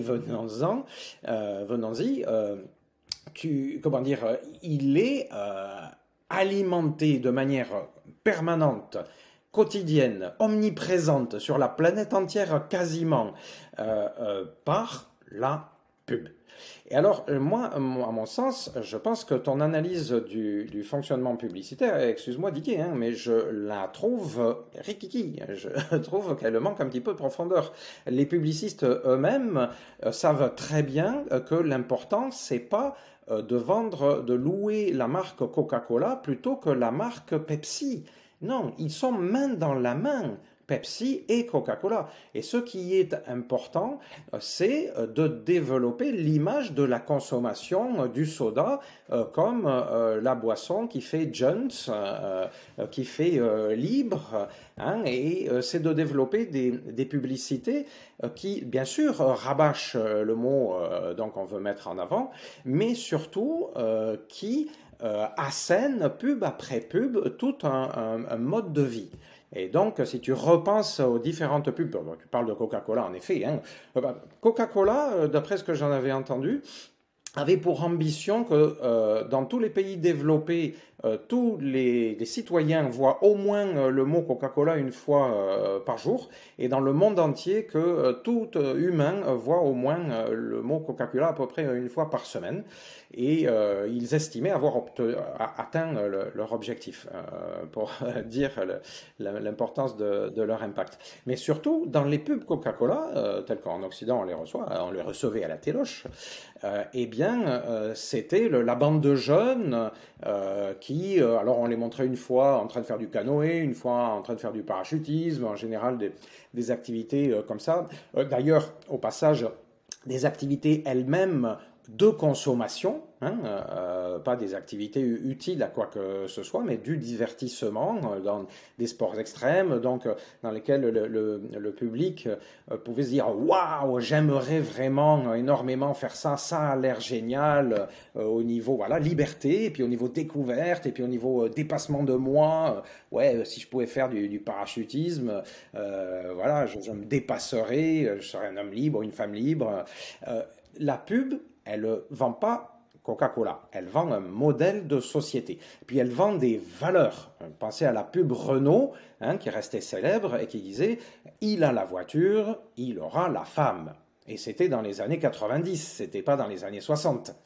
venons-y, comment dire, il est alimenté de manière permanente, quotidienne, omniprésente sur la planète entière quasiment, par la pub. Et alors, moi, à mon sens, je pense que ton analyse du fonctionnement publicitaire, excuse-moi Didier, hein, mais je la trouve rikiki. Je trouve qu'elle manque un petit peu de profondeur. Les publicistes eux-mêmes savent très bien que l'important, c'est pas de louer la marque Coca-Cola plutôt que la marque Pepsi. Non, ils sont main dans la main. Pepsi et Coca-Cola. Et ce qui est important, c'est de développer l'image de la consommation du soda comme la boisson qui fait Jones, qui fait libre, hein, et c'est de développer des publicités qui, bien sûr, rabâchent le mot donc on veut mettre en avant, mais surtout qui assènent pub après pub tout un mode de vie. Et donc, si tu repenses aux différentes pubs, tu parles de Coca-Cola en effet, hein, Coca-Cola, d'après ce que j'en avais entendu, avait pour ambition que dans tous les pays développés, tous les citoyens voient au moins le mot Coca-Cola une fois par jour, et dans le monde entier que tout humain voit au moins le mot Coca-Cola à peu près une fois par semaine. Et ils estimaient avoir atteint leur objectif, pour dire l'importance de leur impact. Mais surtout, dans les pubs Coca-Cola, telles qu'en Occident on les recevait à la téloche, eh bien, c'était la bande de jeunes qui, alors on les montrait une fois en train de faire du canoë, une fois en train de faire du parachutisme, en général des activités comme ça. D'ailleurs, au passage, des activités elles-mêmes de consommation, hein, pas des activités utiles à quoi que ce soit, mais du divertissement dans des sports extrêmes, donc dans lesquels le public pouvait se dire waouh, j'aimerais vraiment énormément faire ça, ça a l'air génial au niveau voilà liberté, et puis au niveau découverte, et puis au niveau dépassement de moi, ouais, si je pouvais faire du parachutisme, voilà, je me dépasserais, je serais un homme libre, une femme libre. La pub, elle ne vend pas Coca-Cola, elle vend un modèle de société. Puis elle vend des valeurs. Pensez à la pub Renault, hein, qui restait célèbre et qui disait « Il a la voiture, il aura la femme ». Et c'était dans les années 90, c'était pas dans les années 60.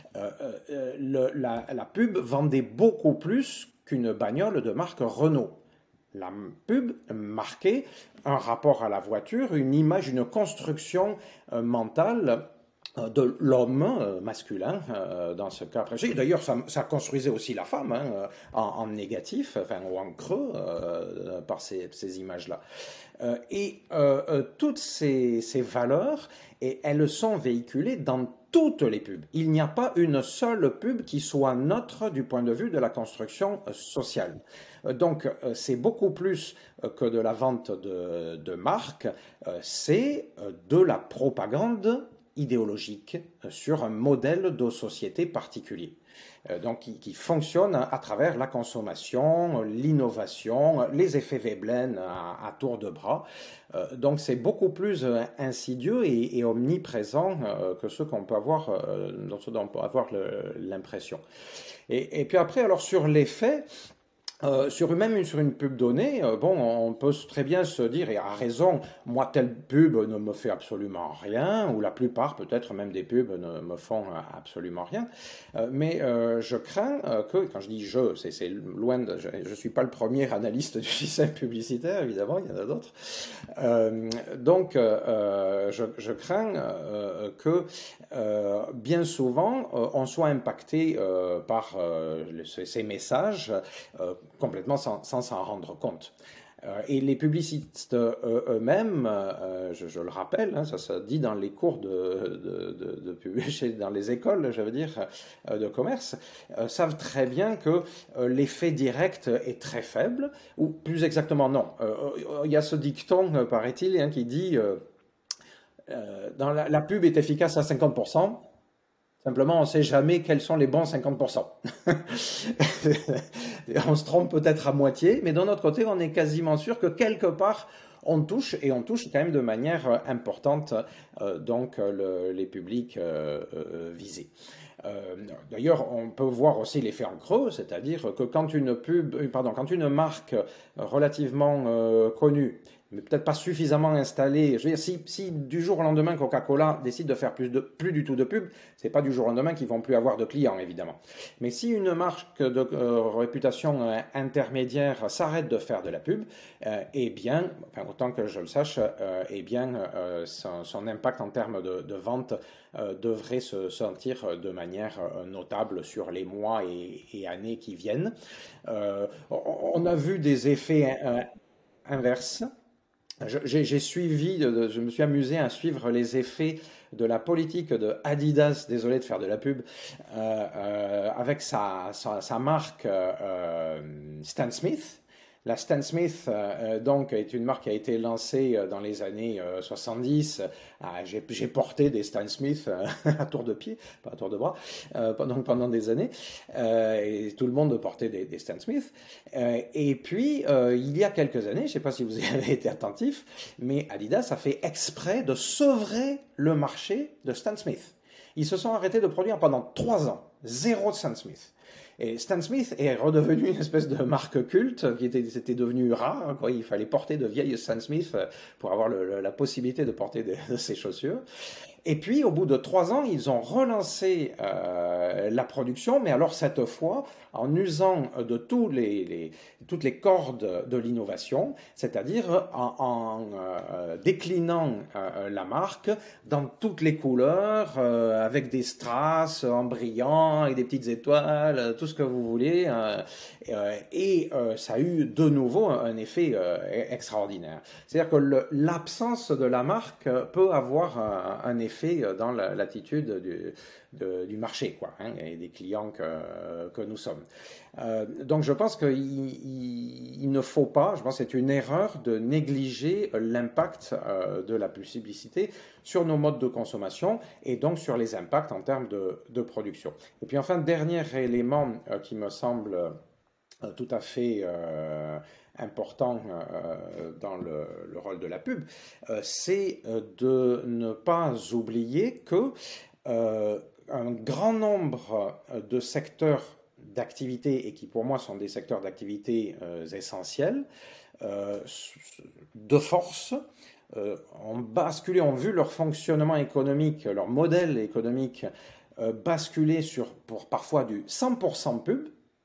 La pub vendait beaucoup plus qu'une bagnole de marque Renault. La pub marquait un rapport à la voiture, une image, une construction mentale de l'homme masculin dans ce cas précis. D'ailleurs, ça construisait aussi la femme, hein, en négatif, enfin, ou en creux par ces images-là. Et toutes ces valeurs, et elles sont véhiculées dans toutes les pubs. Il n'y a pas une seule pub qui soit neutre du point de vue de la construction sociale. Donc, c'est beaucoup plus que de la vente de marques, c'est de la propagande idéologique sur un modèle de société particulier. Donc qui fonctionne à travers la consommation, l'innovation, les effets Veblen à tour de bras. Donc c'est beaucoup plus insidieux et omniprésent que ce qu'on peut avoir, dont on peut avoir l'impression. Et puis après, alors sur les faits, même sur une pub donnée, bon, on peut très bien se dire, et à raison, moi telle pub ne me fait absolument rien, ou la plupart peut-être même des pubs ne me font absolument rien, mais je crains que, quand je dis c'est loin de, je suis pas le premier analyste du système publicitaire, évidemment, il y en a d'autres, donc je crains que bien souvent on soit impacté par ces messages complètement sans s'en rendre compte. Et les publicistes eux-mêmes, je le rappelle, hein, ça se dit dans les cours dans les écoles, je veux dire, de commerce, savent très bien que l'effet direct est très faible, ou plus exactement non. Il y a ce dicton, paraît-il, hein, qui dit dans la pub est efficace à 50%. Simplement, on ne sait jamais quels sont les bons 50%. On se trompe peut-être à moitié, mais d'un autre côté, on est quasiment sûr que quelque part, on touche, et on touche quand même de manière importante donc les publics visés. D'ailleurs, on peut voir aussi l'effet en creux, c'est-à-dire que quand une marque relativement connue mais peut-être pas suffisamment installé. Je veux dire, si du jour au lendemain Coca-Cola décide de faire plus du tout de pub, c'est pas du jour au lendemain qu'ils vont plus avoir de clients, évidemment. Mais si une marque de réputation intermédiaire s'arrête de faire de la pub, eh bien, enfin, autant que je le sache, eh bien, son impact en termes de vente devrait se sentir de manière notable sur les mois et années qui viennent. On a vu des effets inverses. Je me suis amusé à suivre les effets de la politique de Adidas, désolé de faire de la pub, avec sa marque Stan Smith. La Stan Smith, donc, est une marque qui a été lancée dans les années 70. J'ai porté des Stan Smith à tour de pied, pas à tour de bras, pendant des années. Et tout le monde portait des Stan Smith. Et puis, il y a quelques années, je ne sais pas si vous avez été attentif, mais Adidas a fait exprès de sevrer le marché de Stan Smith. Ils se sont arrêtés de produire pendant 3 ans. 0 Stan Smith. Et Stan Smith est redevenu une espèce de marque culte c'était devenu rare, quoi. Il fallait porter de vieilles Stan Smith pour avoir la possibilité de porter de ces chaussures. Et puis, au bout de 3 ans, ils ont relancé la production, mais alors cette fois en usant de toutes les cordes de l'innovation, c'est-à-dire en déclinant la marque dans toutes les couleurs, avec des strass en brillant, avec des petites étoiles, tout ce que vous voulez. Et ça a eu de nouveau un effet extraordinaire. C'est-à-dire que l'absence de la marque peut avoir un effet dans l'attitude du marché, quoi, hein, et des clients que nous sommes. Donc je pense qu'il ne faut pas, je pense que c'est une erreur de négliger l'impact de la publicité sur nos modes de consommation et donc sur les impacts en termes de production. Et puis enfin, dernier élément qui me semble tout à fait important dans le rôle de la pub, c'est de ne pas oublier que un grand nombre de secteurs d'activité, et qui pour moi sont des secteurs d'activité essentiels, de force, ont vu leur fonctionnement économique, leur modèle économique basculer pour parfois du 100% pub,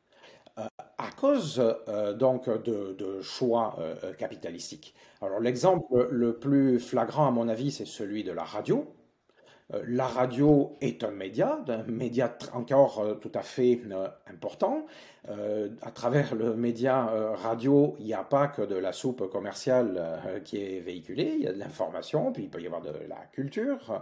à cause donc de choix capitalistiques. Alors l'exemple le plus flagrant à mon avis, c'est celui de la radio. La radio est un média encore tout à fait important. À travers le média radio, il n'y a pas que de la soupe commerciale qui est véhiculée, il y a de l'information, puis il peut y avoir de la culture.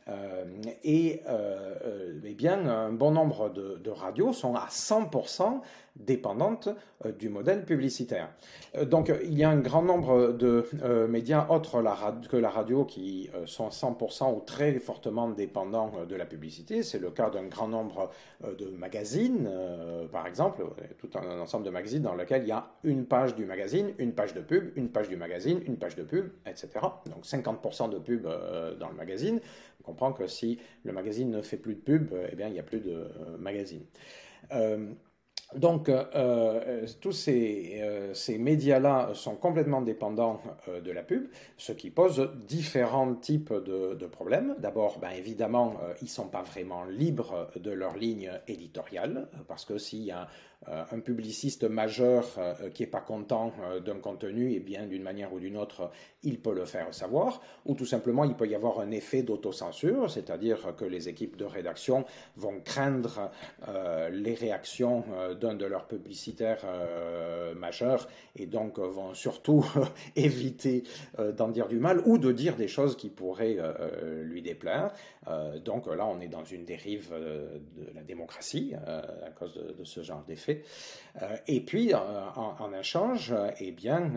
Eh bien, un bon nombre de radios sont à 100% dépendantes du modèle publicitaire. Donc, il y a un grand nombre de médias autres que la radio qui sont 100% ou très fortement dépendants de la publicité. C'est le cas d'un grand nombre de magazines, par exemple, tout un ensemble de magazines dans lequel il y a une page du magazine, une page de pub, une page du magazine, une page de pub, etc. Donc 50% de pub dans le magazine. On comprend que si le magazine ne fait plus de pub, eh bien, il n'y a plus de magazine. Donc, tous ces médias-là sont complètement dépendants de la pub, ce qui pose différents types de problèmes. D'abord, évidemment, ils ne sont pas vraiment libres de leur ligne éditoriale, parce que s'il y a un publiciste majeur qui n'est pas content d'un contenu, et bien d'une manière ou d'une autre, il peut le faire savoir, ou tout simplement il peut y avoir un effet d'autocensure, c'est-à-dire que les équipes de rédaction vont craindre les réactions d'un de leurs publicitaires majeurs et donc vont surtout éviter d'en dire du mal ou de dire des choses qui pourraient lui déplaire. Donc là, on est dans une dérive de la démocratie à cause de ce genre d'effet. Et puis, en échange, eh bien,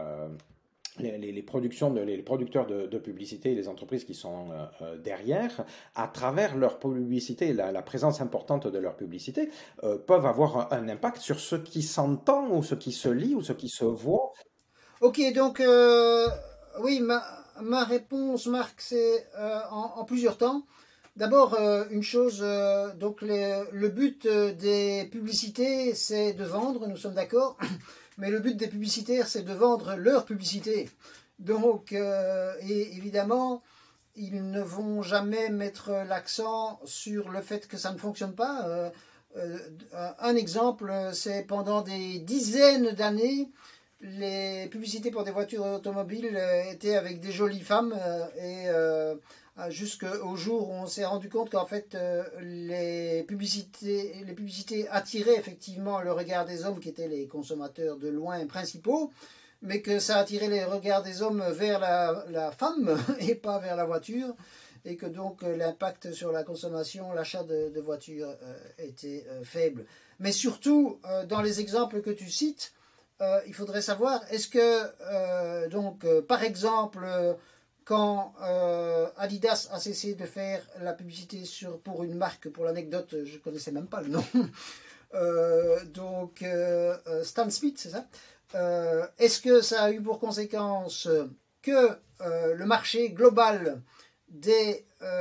les producteurs de publicité et les entreprises qui sont derrière, à travers leur publicité, la présence importante de leur publicité, peuvent avoir un impact sur ce qui s'entend ou ce qui se lit ou ce qui se voit.
Ok, donc oui, ma réponse, Marc, c'est en plusieurs temps. D'abord, une chose, donc le but des publicités, c'est de vendre, nous sommes d'accord. Mais le but des publicitaires, c'est de vendre leur publicité. Donc, et évidemment, ils ne vont jamais mettre l'accent sur le fait que ça ne fonctionne pas. Un exemple, c'est pendant des dizaines d'années, les publicités pour des voitures automobiles étaient avec des jolies femmes jusqu'au jour où on s'est rendu compte qu'en fait les publicités attiraient effectivement le regard des hommes qui étaient les consommateurs de loin principaux, mais que ça attirait les regards des hommes vers la femme et pas vers la voiture, et que donc l'impact sur la consommation, l'achat de voitures était faible. Mais surtout, dans les exemples que tu cites, il faudrait savoir, est-ce que, par exemple, quand Adidas a cessé de faire la publicité pour une marque, pour l'anecdote, je ne connaissais même pas le nom, Stan Smith, c'est ça? Est-ce que ça a eu pour conséquence que le marché global des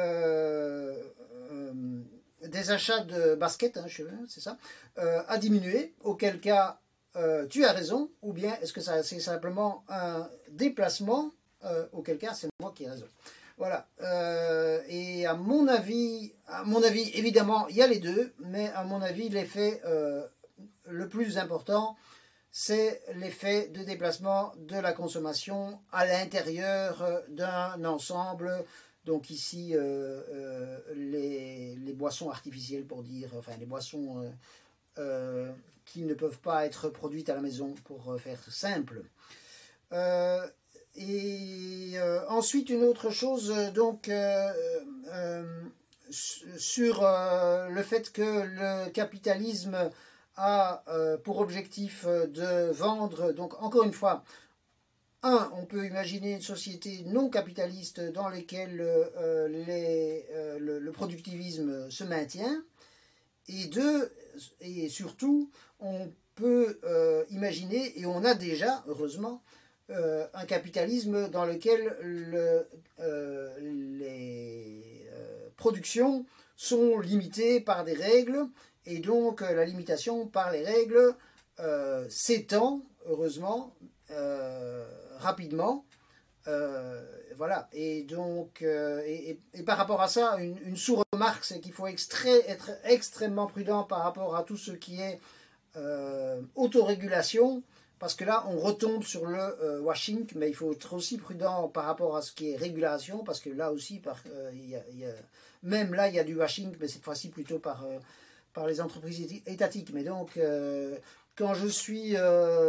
achats de basket, hein, c'est ça, a diminué, auquel cas tu as raison, ou bien est-ce que c'est simplement un déplacement, auquel cas c'est moi qui ai raison. Voilà. Et à mon avis, évidemment, il y a les deux, mais à mon avis, l'effet le plus important, c'est l'effet de déplacement de la consommation à l'intérieur d'un ensemble. Donc ici, les boissons artificielles, pour dire, enfin les boissons qui ne peuvent pas être produites à la maison, pour faire simple. Ensuite, une autre chose, donc, sur le fait que le capitalisme a pour objectif de vendre, donc encore une fois, on peut imaginer une société non capitaliste dans laquelle le productivisme se maintient, et deux, et surtout, on peut imaginer, et on a déjà, heureusement, un capitalisme dans lequel les productions sont limitées par des règles, et donc la limitation par les règles s'étend, heureusement, rapidement. Voilà. Et donc, et par rapport à ça, une sous-remarque, c'est qu'il faut être extrêmement prudent par rapport à tout ce qui est autorégulation, parce que là, on retombe sur le washing, mais il faut être aussi prudent par rapport à ce qui est régulation, parce que là aussi, même là, il y a du washing, mais cette fois-ci plutôt par les entreprises étatiques. Mais donc, quand je suis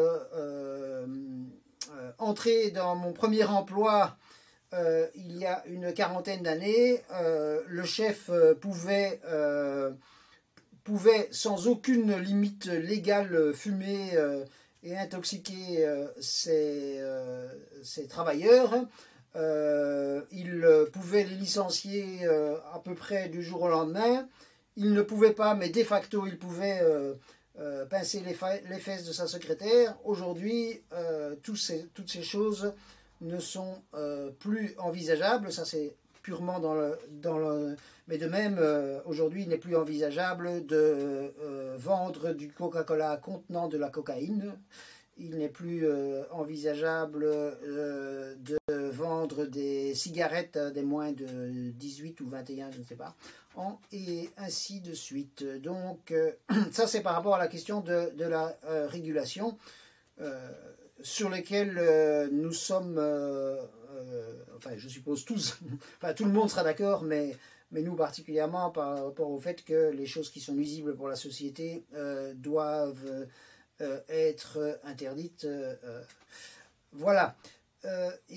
entré dans mon premier emploi il y a une quarantaine d'années, le chef pouvait sans aucune limite légale fumer et intoxiquer ses travailleurs. Il pouvait les licencier à peu près du jour au lendemain. Il ne pouvait pas, mais de facto, il pouvait pincer les fesses de sa secrétaire. Aujourd'hui, toutes ces choses ne sont plus envisageables. Ça, c'est purement dans le... Mais de même, aujourd'hui, il n'est plus envisageable de vendre du Coca-Cola contenant de la cocaïne. Il n'est plus envisageable de vendre des cigarettes à des moins de 18 ou 21, je ne sais pas, et ainsi de suite. Donc, ça, c'est par rapport à la question de la régulation, sur lesquelles nous sommes, enfin, je suppose tous, enfin, tout le monde sera d'accord, mais nous particulièrement par rapport au fait que les choses qui sont nuisibles pour la société doivent être interdites. Voilà. Et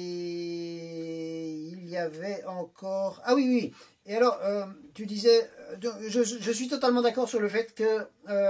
il y avait encore... Ah oui, oui. Et alors, tu disais, je suis totalement d'accord sur le fait que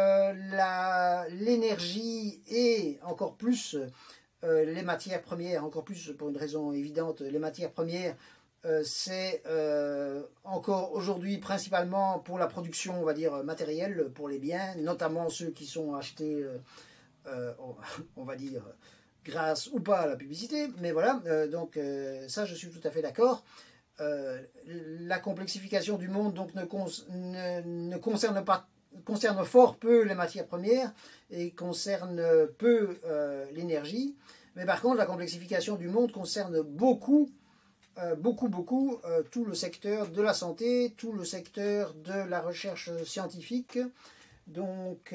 l'énergie et encore plus les matières premières, encore plus pour une raison évidente, les matières premières, c'est encore aujourd'hui principalement pour la production, on va dire, matérielle, pour les biens, notamment ceux qui sont achetés, on va dire, grâce ou pas à la publicité, mais voilà, donc ça je suis tout à fait d'accord. La complexification du monde donc ne concerne fort peu les matières premières et concerne peu l'énergie. Mais par contre, la complexification du monde concerne beaucoup tout le secteur de la santé, tout le secteur de la recherche scientifique. Donc,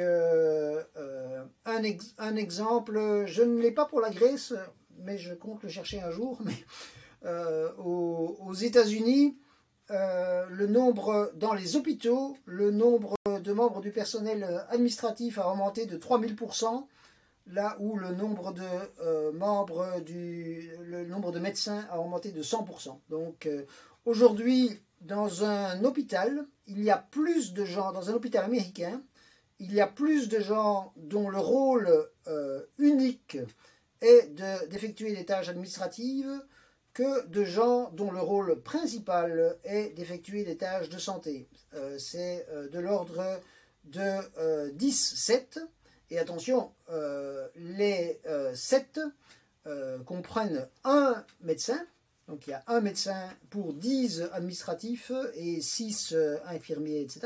un exemple, je ne l'ai pas pour la Grèce, mais je compte le chercher un jour. Mais aux États-Unis, le nombre dans les hôpitaux, le nombre de membres du personnel administratif a augmenté de 3000%, là où le nombre de le nombre de médecins a augmenté de 100%. Donc aujourd'hui, dans un hôpital, il y a plus de gens, dans un hôpital américain, il y a plus de gens dont le rôle unique est d'effectuer des tâches administratives que de gens dont le rôle principal est d'effectuer des tâches de santé. C'est de l'ordre de 10-7. Et attention, les 7 comprennent un médecin. Donc il y a un médecin pour 10 administratifs et 6 infirmiers, etc.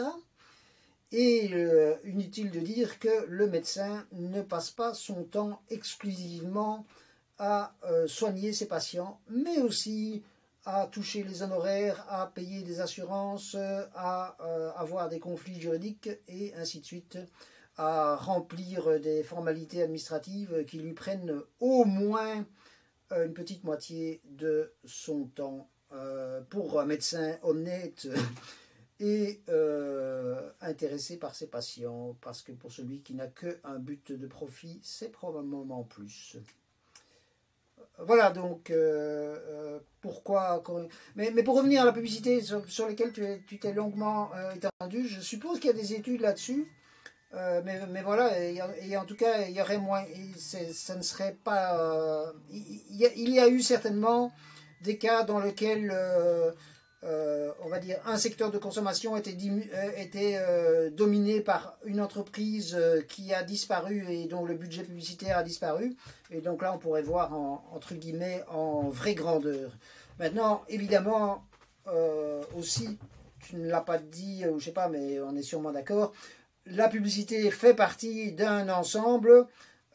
Et inutile de dire que le médecin ne passe pas son temps exclusivement à soigner ses patients, mais aussi à toucher les honoraires, à payer des assurances, à avoir des conflits juridiques et ainsi de suite, à remplir des formalités administratives qui lui prennent au moins une petite moitié de son temps. Pour un médecin honnête et intéressé par ses patients, parce que pour celui qui n'a qu'un but de profit, c'est probablement plus. Voilà donc pourquoi. Mais pour revenir à la publicité sur laquelle tu t'es longuement étendu, je suppose qu'il y a des études là-dessus. Mais voilà, et en tout cas, il y aurait moins. Ça ne serait pas. Il y a eu certainement des cas dans lesquels, on va dire, un secteur de consommation était dominé par une entreprise qui a disparu et dont le budget publicitaire a disparu. Et donc là, on pourrait voir entre guillemets en vraie grandeur. Maintenant, évidemment, aussi, tu ne l'as pas dit, ou je sais pas, mais on est sûrement d'accord. La publicité fait partie d'un ensemble,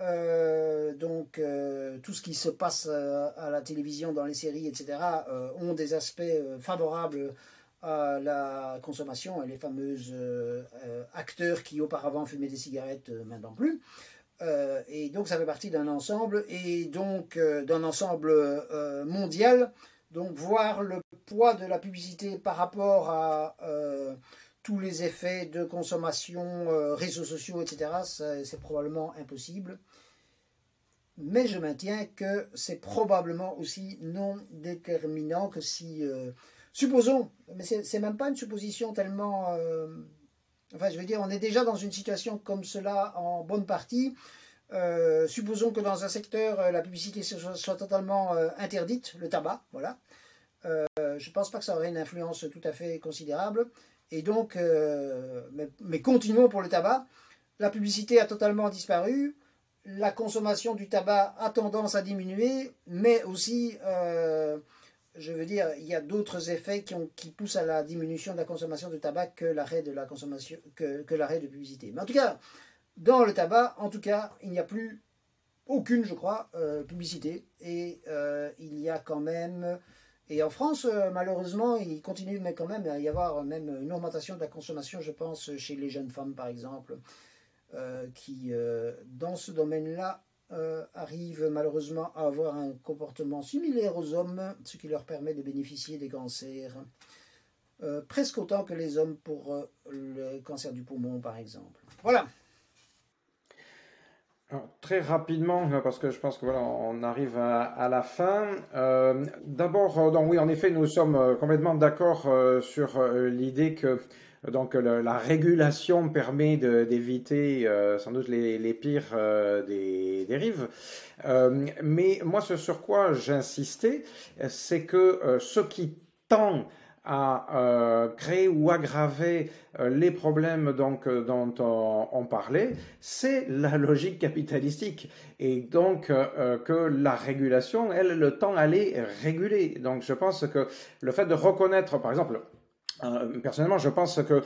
donc tout ce qui se passe à la télévision, dans les séries, etc., ont des aspects favorables à la consommation, et les fameux acteurs qui auparavant fumaient des cigarettes, maintenant plus. Et donc ça fait partie d'un ensemble, et donc d'un ensemble mondial. Donc voir le poids de la publicité par rapport à tous les effets de consommation, réseaux sociaux, etc., c'est probablement impossible. Mais je maintiens que c'est probablement aussi non déterminant que si... supposons, mais c'est même pas une supposition tellement... enfin, je veux dire, on est déjà dans une situation comme cela en bonne partie. Supposons que dans un secteur, la publicité soit totalement interdite, le tabac, voilà. Je ne pense pas que ça aurait une influence tout à fait considérable. Et donc, mais continuons pour le tabac. La publicité a totalement disparu. La consommation du tabac a tendance à diminuer, mais aussi, je veux dire, il y a d'autres effets qui poussent à la diminution de la consommation de tabac que l'arrêt de la consommation, que l'arrêt de publicité. Mais en tout cas, dans le tabac, en tout cas, il n'y a plus aucune, je crois, publicité. Et il y a quand même... Et en France, malheureusement, il continue mais quand même à y avoir même une augmentation de la consommation, je pense, chez les jeunes femmes, par exemple, qui, dans ce domaine-là, arrivent malheureusement à avoir un comportement similaire aux hommes, ce qui leur permet de bénéficier des cancers, presque autant que les hommes pour le cancer du poumon, par exemple. Voilà.
Alors, très rapidement, parce que je pense que voilà, on arrive à la fin. D'abord, donc oui, en effet, nous sommes complètement d'accord sur l'idée que donc la régulation permet d'éviter sans doute les pires des dérives. Mais moi, ce sur quoi j'insistais, c'est que ce qui tend à créer ou aggraver les problèmes donc, dont on parlait, c'est la logique capitalistique. Et donc que la régulation, elle, le tend à les réguler. Donc je pense que le fait de reconnaître, par exemple, Personnellement, je pense que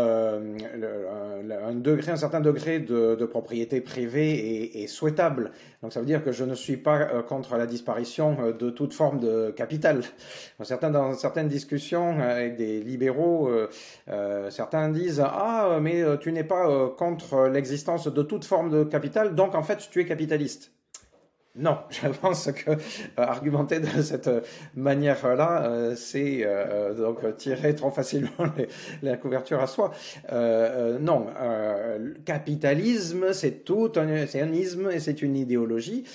un certain degré de propriété privée est souhaitable. Donc ça veut dire que je ne suis pas contre la disparition de toute forme de capital. Dans certaines discussions avec des libéraux, certains disent «Ah, mais tu n'es pas contre l'existence de toute forme de capital, donc en fait tu es capitaliste». Non, je pense que argumenter de cette manière-là, c'est donc tirer trop facilement la couverture à soi. Non, capitalisme, c'est un isme et c'est une idéologie,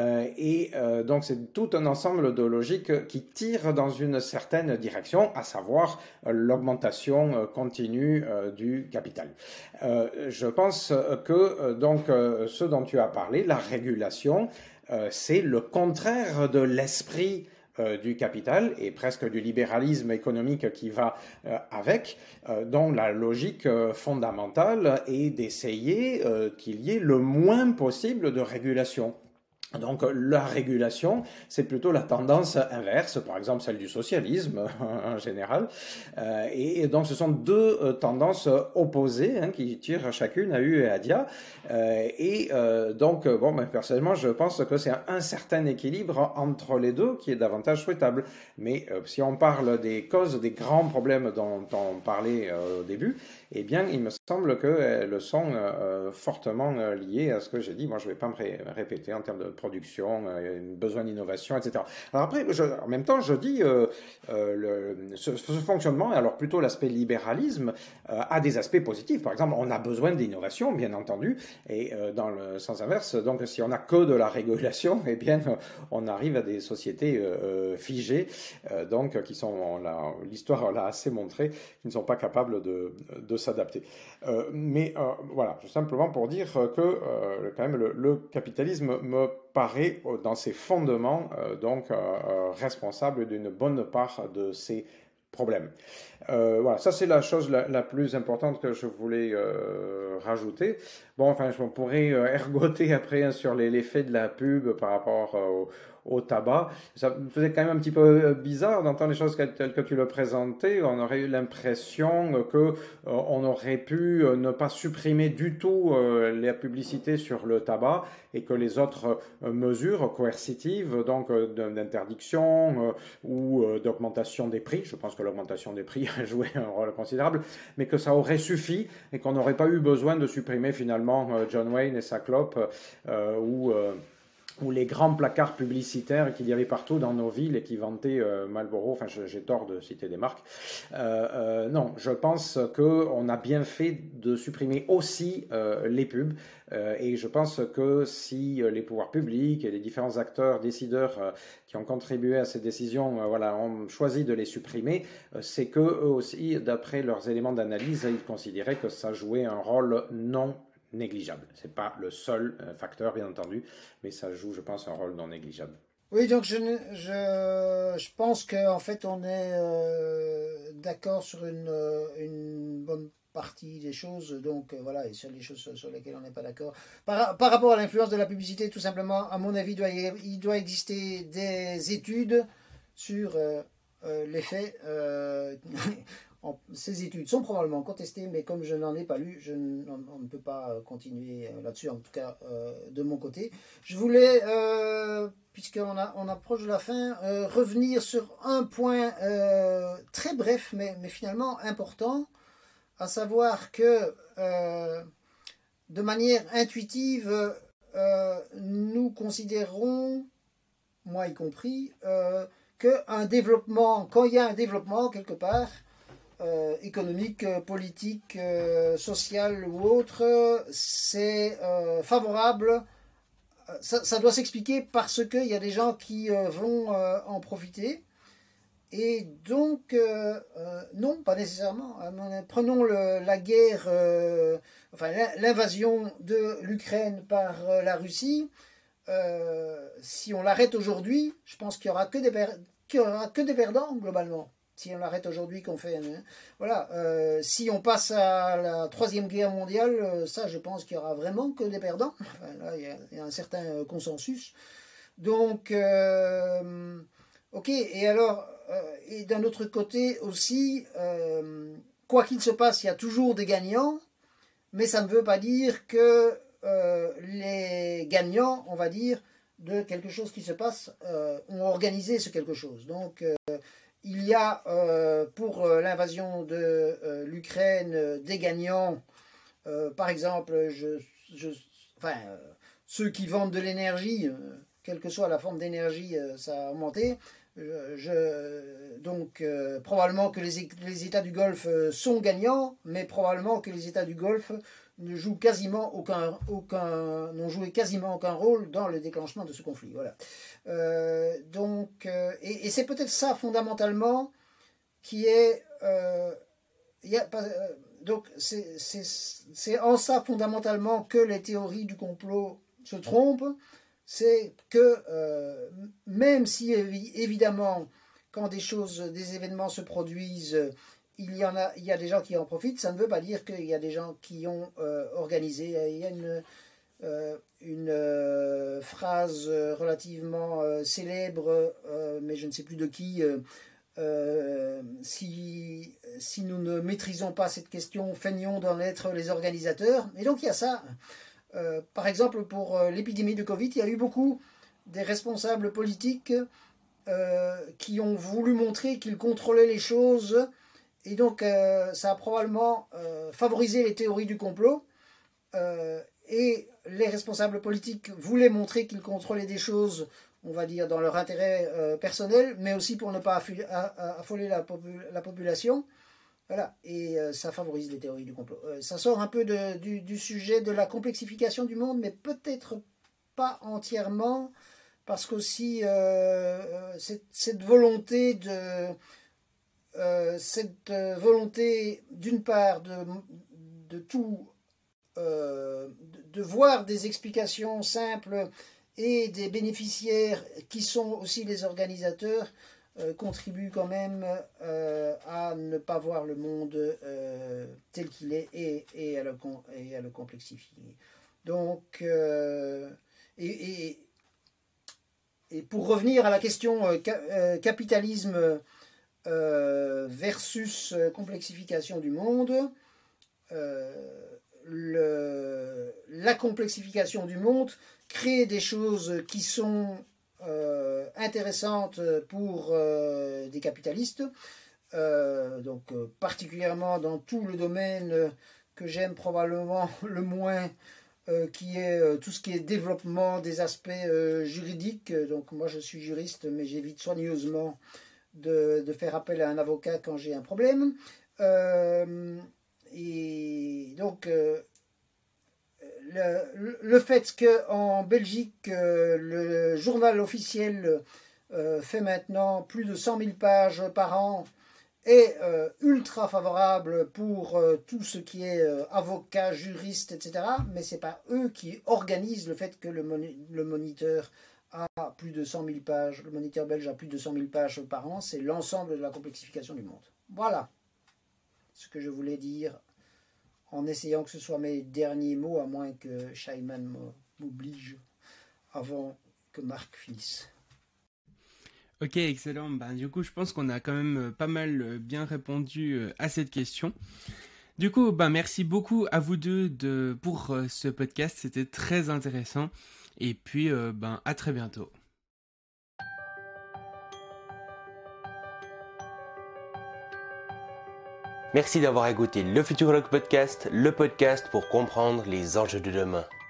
donc c'est tout un ensemble de logiques qui tirent dans une certaine direction, à savoir l'augmentation continue du capital. Je pense que donc ce dont tu as parlé, la régulation, c'est le contraire de l'esprit du capital et presque du libéralisme économique qui va avec, dont la logique fondamentale est d'essayer qu'il y ait le moins possible de régulation. Donc la régulation, c'est plutôt la tendance inverse, par exemple celle du socialisme en général. Et donc ce sont deux tendances opposées qui tirent chacune à U et à Dia. Donc personnellement, je pense que c'est un certain équilibre entre les deux qui est davantage souhaitable. Mais si on parle des causes, des grands problèmes dont on parlait au début, eh bien, il me semble qu'elles sont fortement liées à ce que j'ai dit. Moi, je ne vais pas me répéter en termes de production, besoin d'innovation, etc. Alors après, en même temps, je dis ce fonctionnement, alors plutôt l'aspect libéralisme, a des aspects positifs. Par exemple, on a besoin d'innovation, bien entendu, et dans le sens inverse, donc si on n'a que de la régulation, eh bien, on arrive à des sociétés figées, donc qui sont, l'histoire l'a assez montré, qui ne sont pas capables de s'adapter. Mais voilà, simplement pour dire que quand même le capitalisme me paraît dans ses fondements donc responsable d'une bonne part de ces problèmes. Voilà, ça c'est la chose la plus importante que je voulais rajouter. Bon, enfin, je pourrais ergoter après sur l'effet de la pub par rapport au tabac. Ça me faisait quand même un petit peu bizarre d'entendre les choses telles que tu le présentais. On aurait eu l'impression que on aurait pu ne pas supprimer du tout la publicité sur le tabac et que les autres mesures coercitives, donc d'interdiction ou d'augmentation des prix, je pense que l'augmentation des prix a joué un rôle considérable, mais que ça aurait suffi et qu'on n'aurait pas eu besoin de supprimer finalement John Wayne et sa clope ou les grands placards publicitaires qu'il y avait partout dans nos villes et qui vantaient Marlboro, enfin j'ai tort de citer des marques. Non, je pense qu'on a bien fait de supprimer aussi les pubs et je pense que si les pouvoirs publics et les différents acteurs, décideurs qui ont contribué à ces décisions ont choisi de les supprimer, c'est que eux aussi, d'après leurs éléments d'analyse, ils considéraient que ça jouait un rôle non négligeable. Ce n'est pas le seul facteur, bien entendu, mais ça joue, je pense, un rôle non négligeable.
Oui, donc je pense qu'en fait, on est d'accord sur une bonne partie des choses, donc voilà, et sur les choses sur lesquelles on n'est pas d'accord. Par rapport à l'influence de la publicité, tout simplement, à mon avis, il doit exister des études sur l'effet. Ces études sont probablement contestées, mais comme je n'en ai pas lu, on ne peut pas continuer là-dessus, en tout cas de mon côté. Je voulais, puisqu'on approche de la fin, revenir sur un point très bref, mais finalement important, à savoir que de manière intuitive, nous considérons, moi y compris, qu'un développement, quand il y a un développement quelque part, économique, politique, social ou autre, c'est favorable. Ça doit s'expliquer parce qu'il y a des gens qui vont en profiter. Et donc, non, pas nécessairement. Prenons la guerre, l'invasion de l'Ukraine par la Russie. Si on l'arrête aujourd'hui, je pense qu'il n'y aura que des perdants globalement. Si on l'arrête aujourd'hui, qu'on fait... voilà. Si on passe à la Troisième Guerre mondiale, ça, je pense qu'il n'y aura vraiment que des perdants. Enfin, là, il y a un certain consensus. Donc, Ok, et alors, et d'un autre côté aussi, quoi qu'il se passe, il y a toujours des gagnants, mais ça ne veut pas dire que les gagnants, on va dire, de quelque chose qui se passe, ont organisé ce quelque chose. Donc, il y a pour l'invasion de l'Ukraine des gagnants, par exemple, enfin, ceux qui vendent de l'énergie, quelle que soit la forme d'énergie, ça a augmenté. Donc, probablement que les États du Golfe sont gagnants, mais probablement que les États du Golfe ne jouent quasiment n'ont joué quasiment aucun rôle dans le déclenchement de ce conflit. Voilà. Et c'est peut-être ça fondamentalement qui est. Donc c'est en ça fondamentalement que les théories du complot se trompent. C'est que même si évidemment quand des événements se produisent, il y a des gens qui en profitent, ça ne veut pas dire qu'il y a des gens qui ont organisé. Il y a une phrase relativement célèbre, mais je ne sais plus de qui. Si nous ne maîtrisons pas cette question, feignons d'en être les organisateurs. Et donc il y a ça. Par exemple, pour l'épidémie de Covid, il y a eu beaucoup des responsables politiques qui ont voulu montrer qu'ils contrôlaient les choses. Et donc ça a probablement favorisé les théories du complot. Et les responsables politiques voulaient montrer qu'ils contrôlaient des choses, on va dire, dans leur intérêt personnel, mais aussi pour ne pas affoler la population. Voilà, et ça favorise les théories du complot. Ça sort un peu du sujet de la complexification du monde, mais peut-être pas entièrement, parce qu'aussi cette volonté d'une part de tout, de voir des explications simples et des bénéficiaires qui sont aussi les organisateurs, contribue quand même à ne pas voir le monde tel qu'il est et à le complexifier. Donc, et pour revenir à la question capitalisme versus complexification du monde, la complexification du monde crée des choses qui sont intéressantes pour des capitalistes, donc particulièrement dans tout le domaine que j'aime probablement le moins, qui est tout ce qui est développement des aspects juridiques. Donc moi je suis juriste, mais j'évite soigneusement de faire appel à un avocat quand j'ai un problème. Et donc le fait qu'en Belgique, le journal officiel fait maintenant plus de 100 000 pages par an est ultra favorable pour tout ce qui est avocat, juriste, etc. Mais ce n'est pas eux qui organisent le fait que le moniteur a plus de 100 000 pages, le moniteur belge a plus de 100 000 pages par an, c'est l'ensemble de la complexification du monde. Voilà ce que je voulais dire, en essayant que ce soit mes derniers mots, à moins que Scheiman m'oblige avant que Marc finisse.
Ok, excellent. Ben, du coup, je pense qu'on a quand même pas mal bien répondu à cette question. Du coup, ben, merci beaucoup à vous deux pour ce podcast. C'était très intéressant. Et puis, ben, à très bientôt.
Merci d'avoir écouté le Futurologue Podcast, le podcast pour comprendre les enjeux de demain.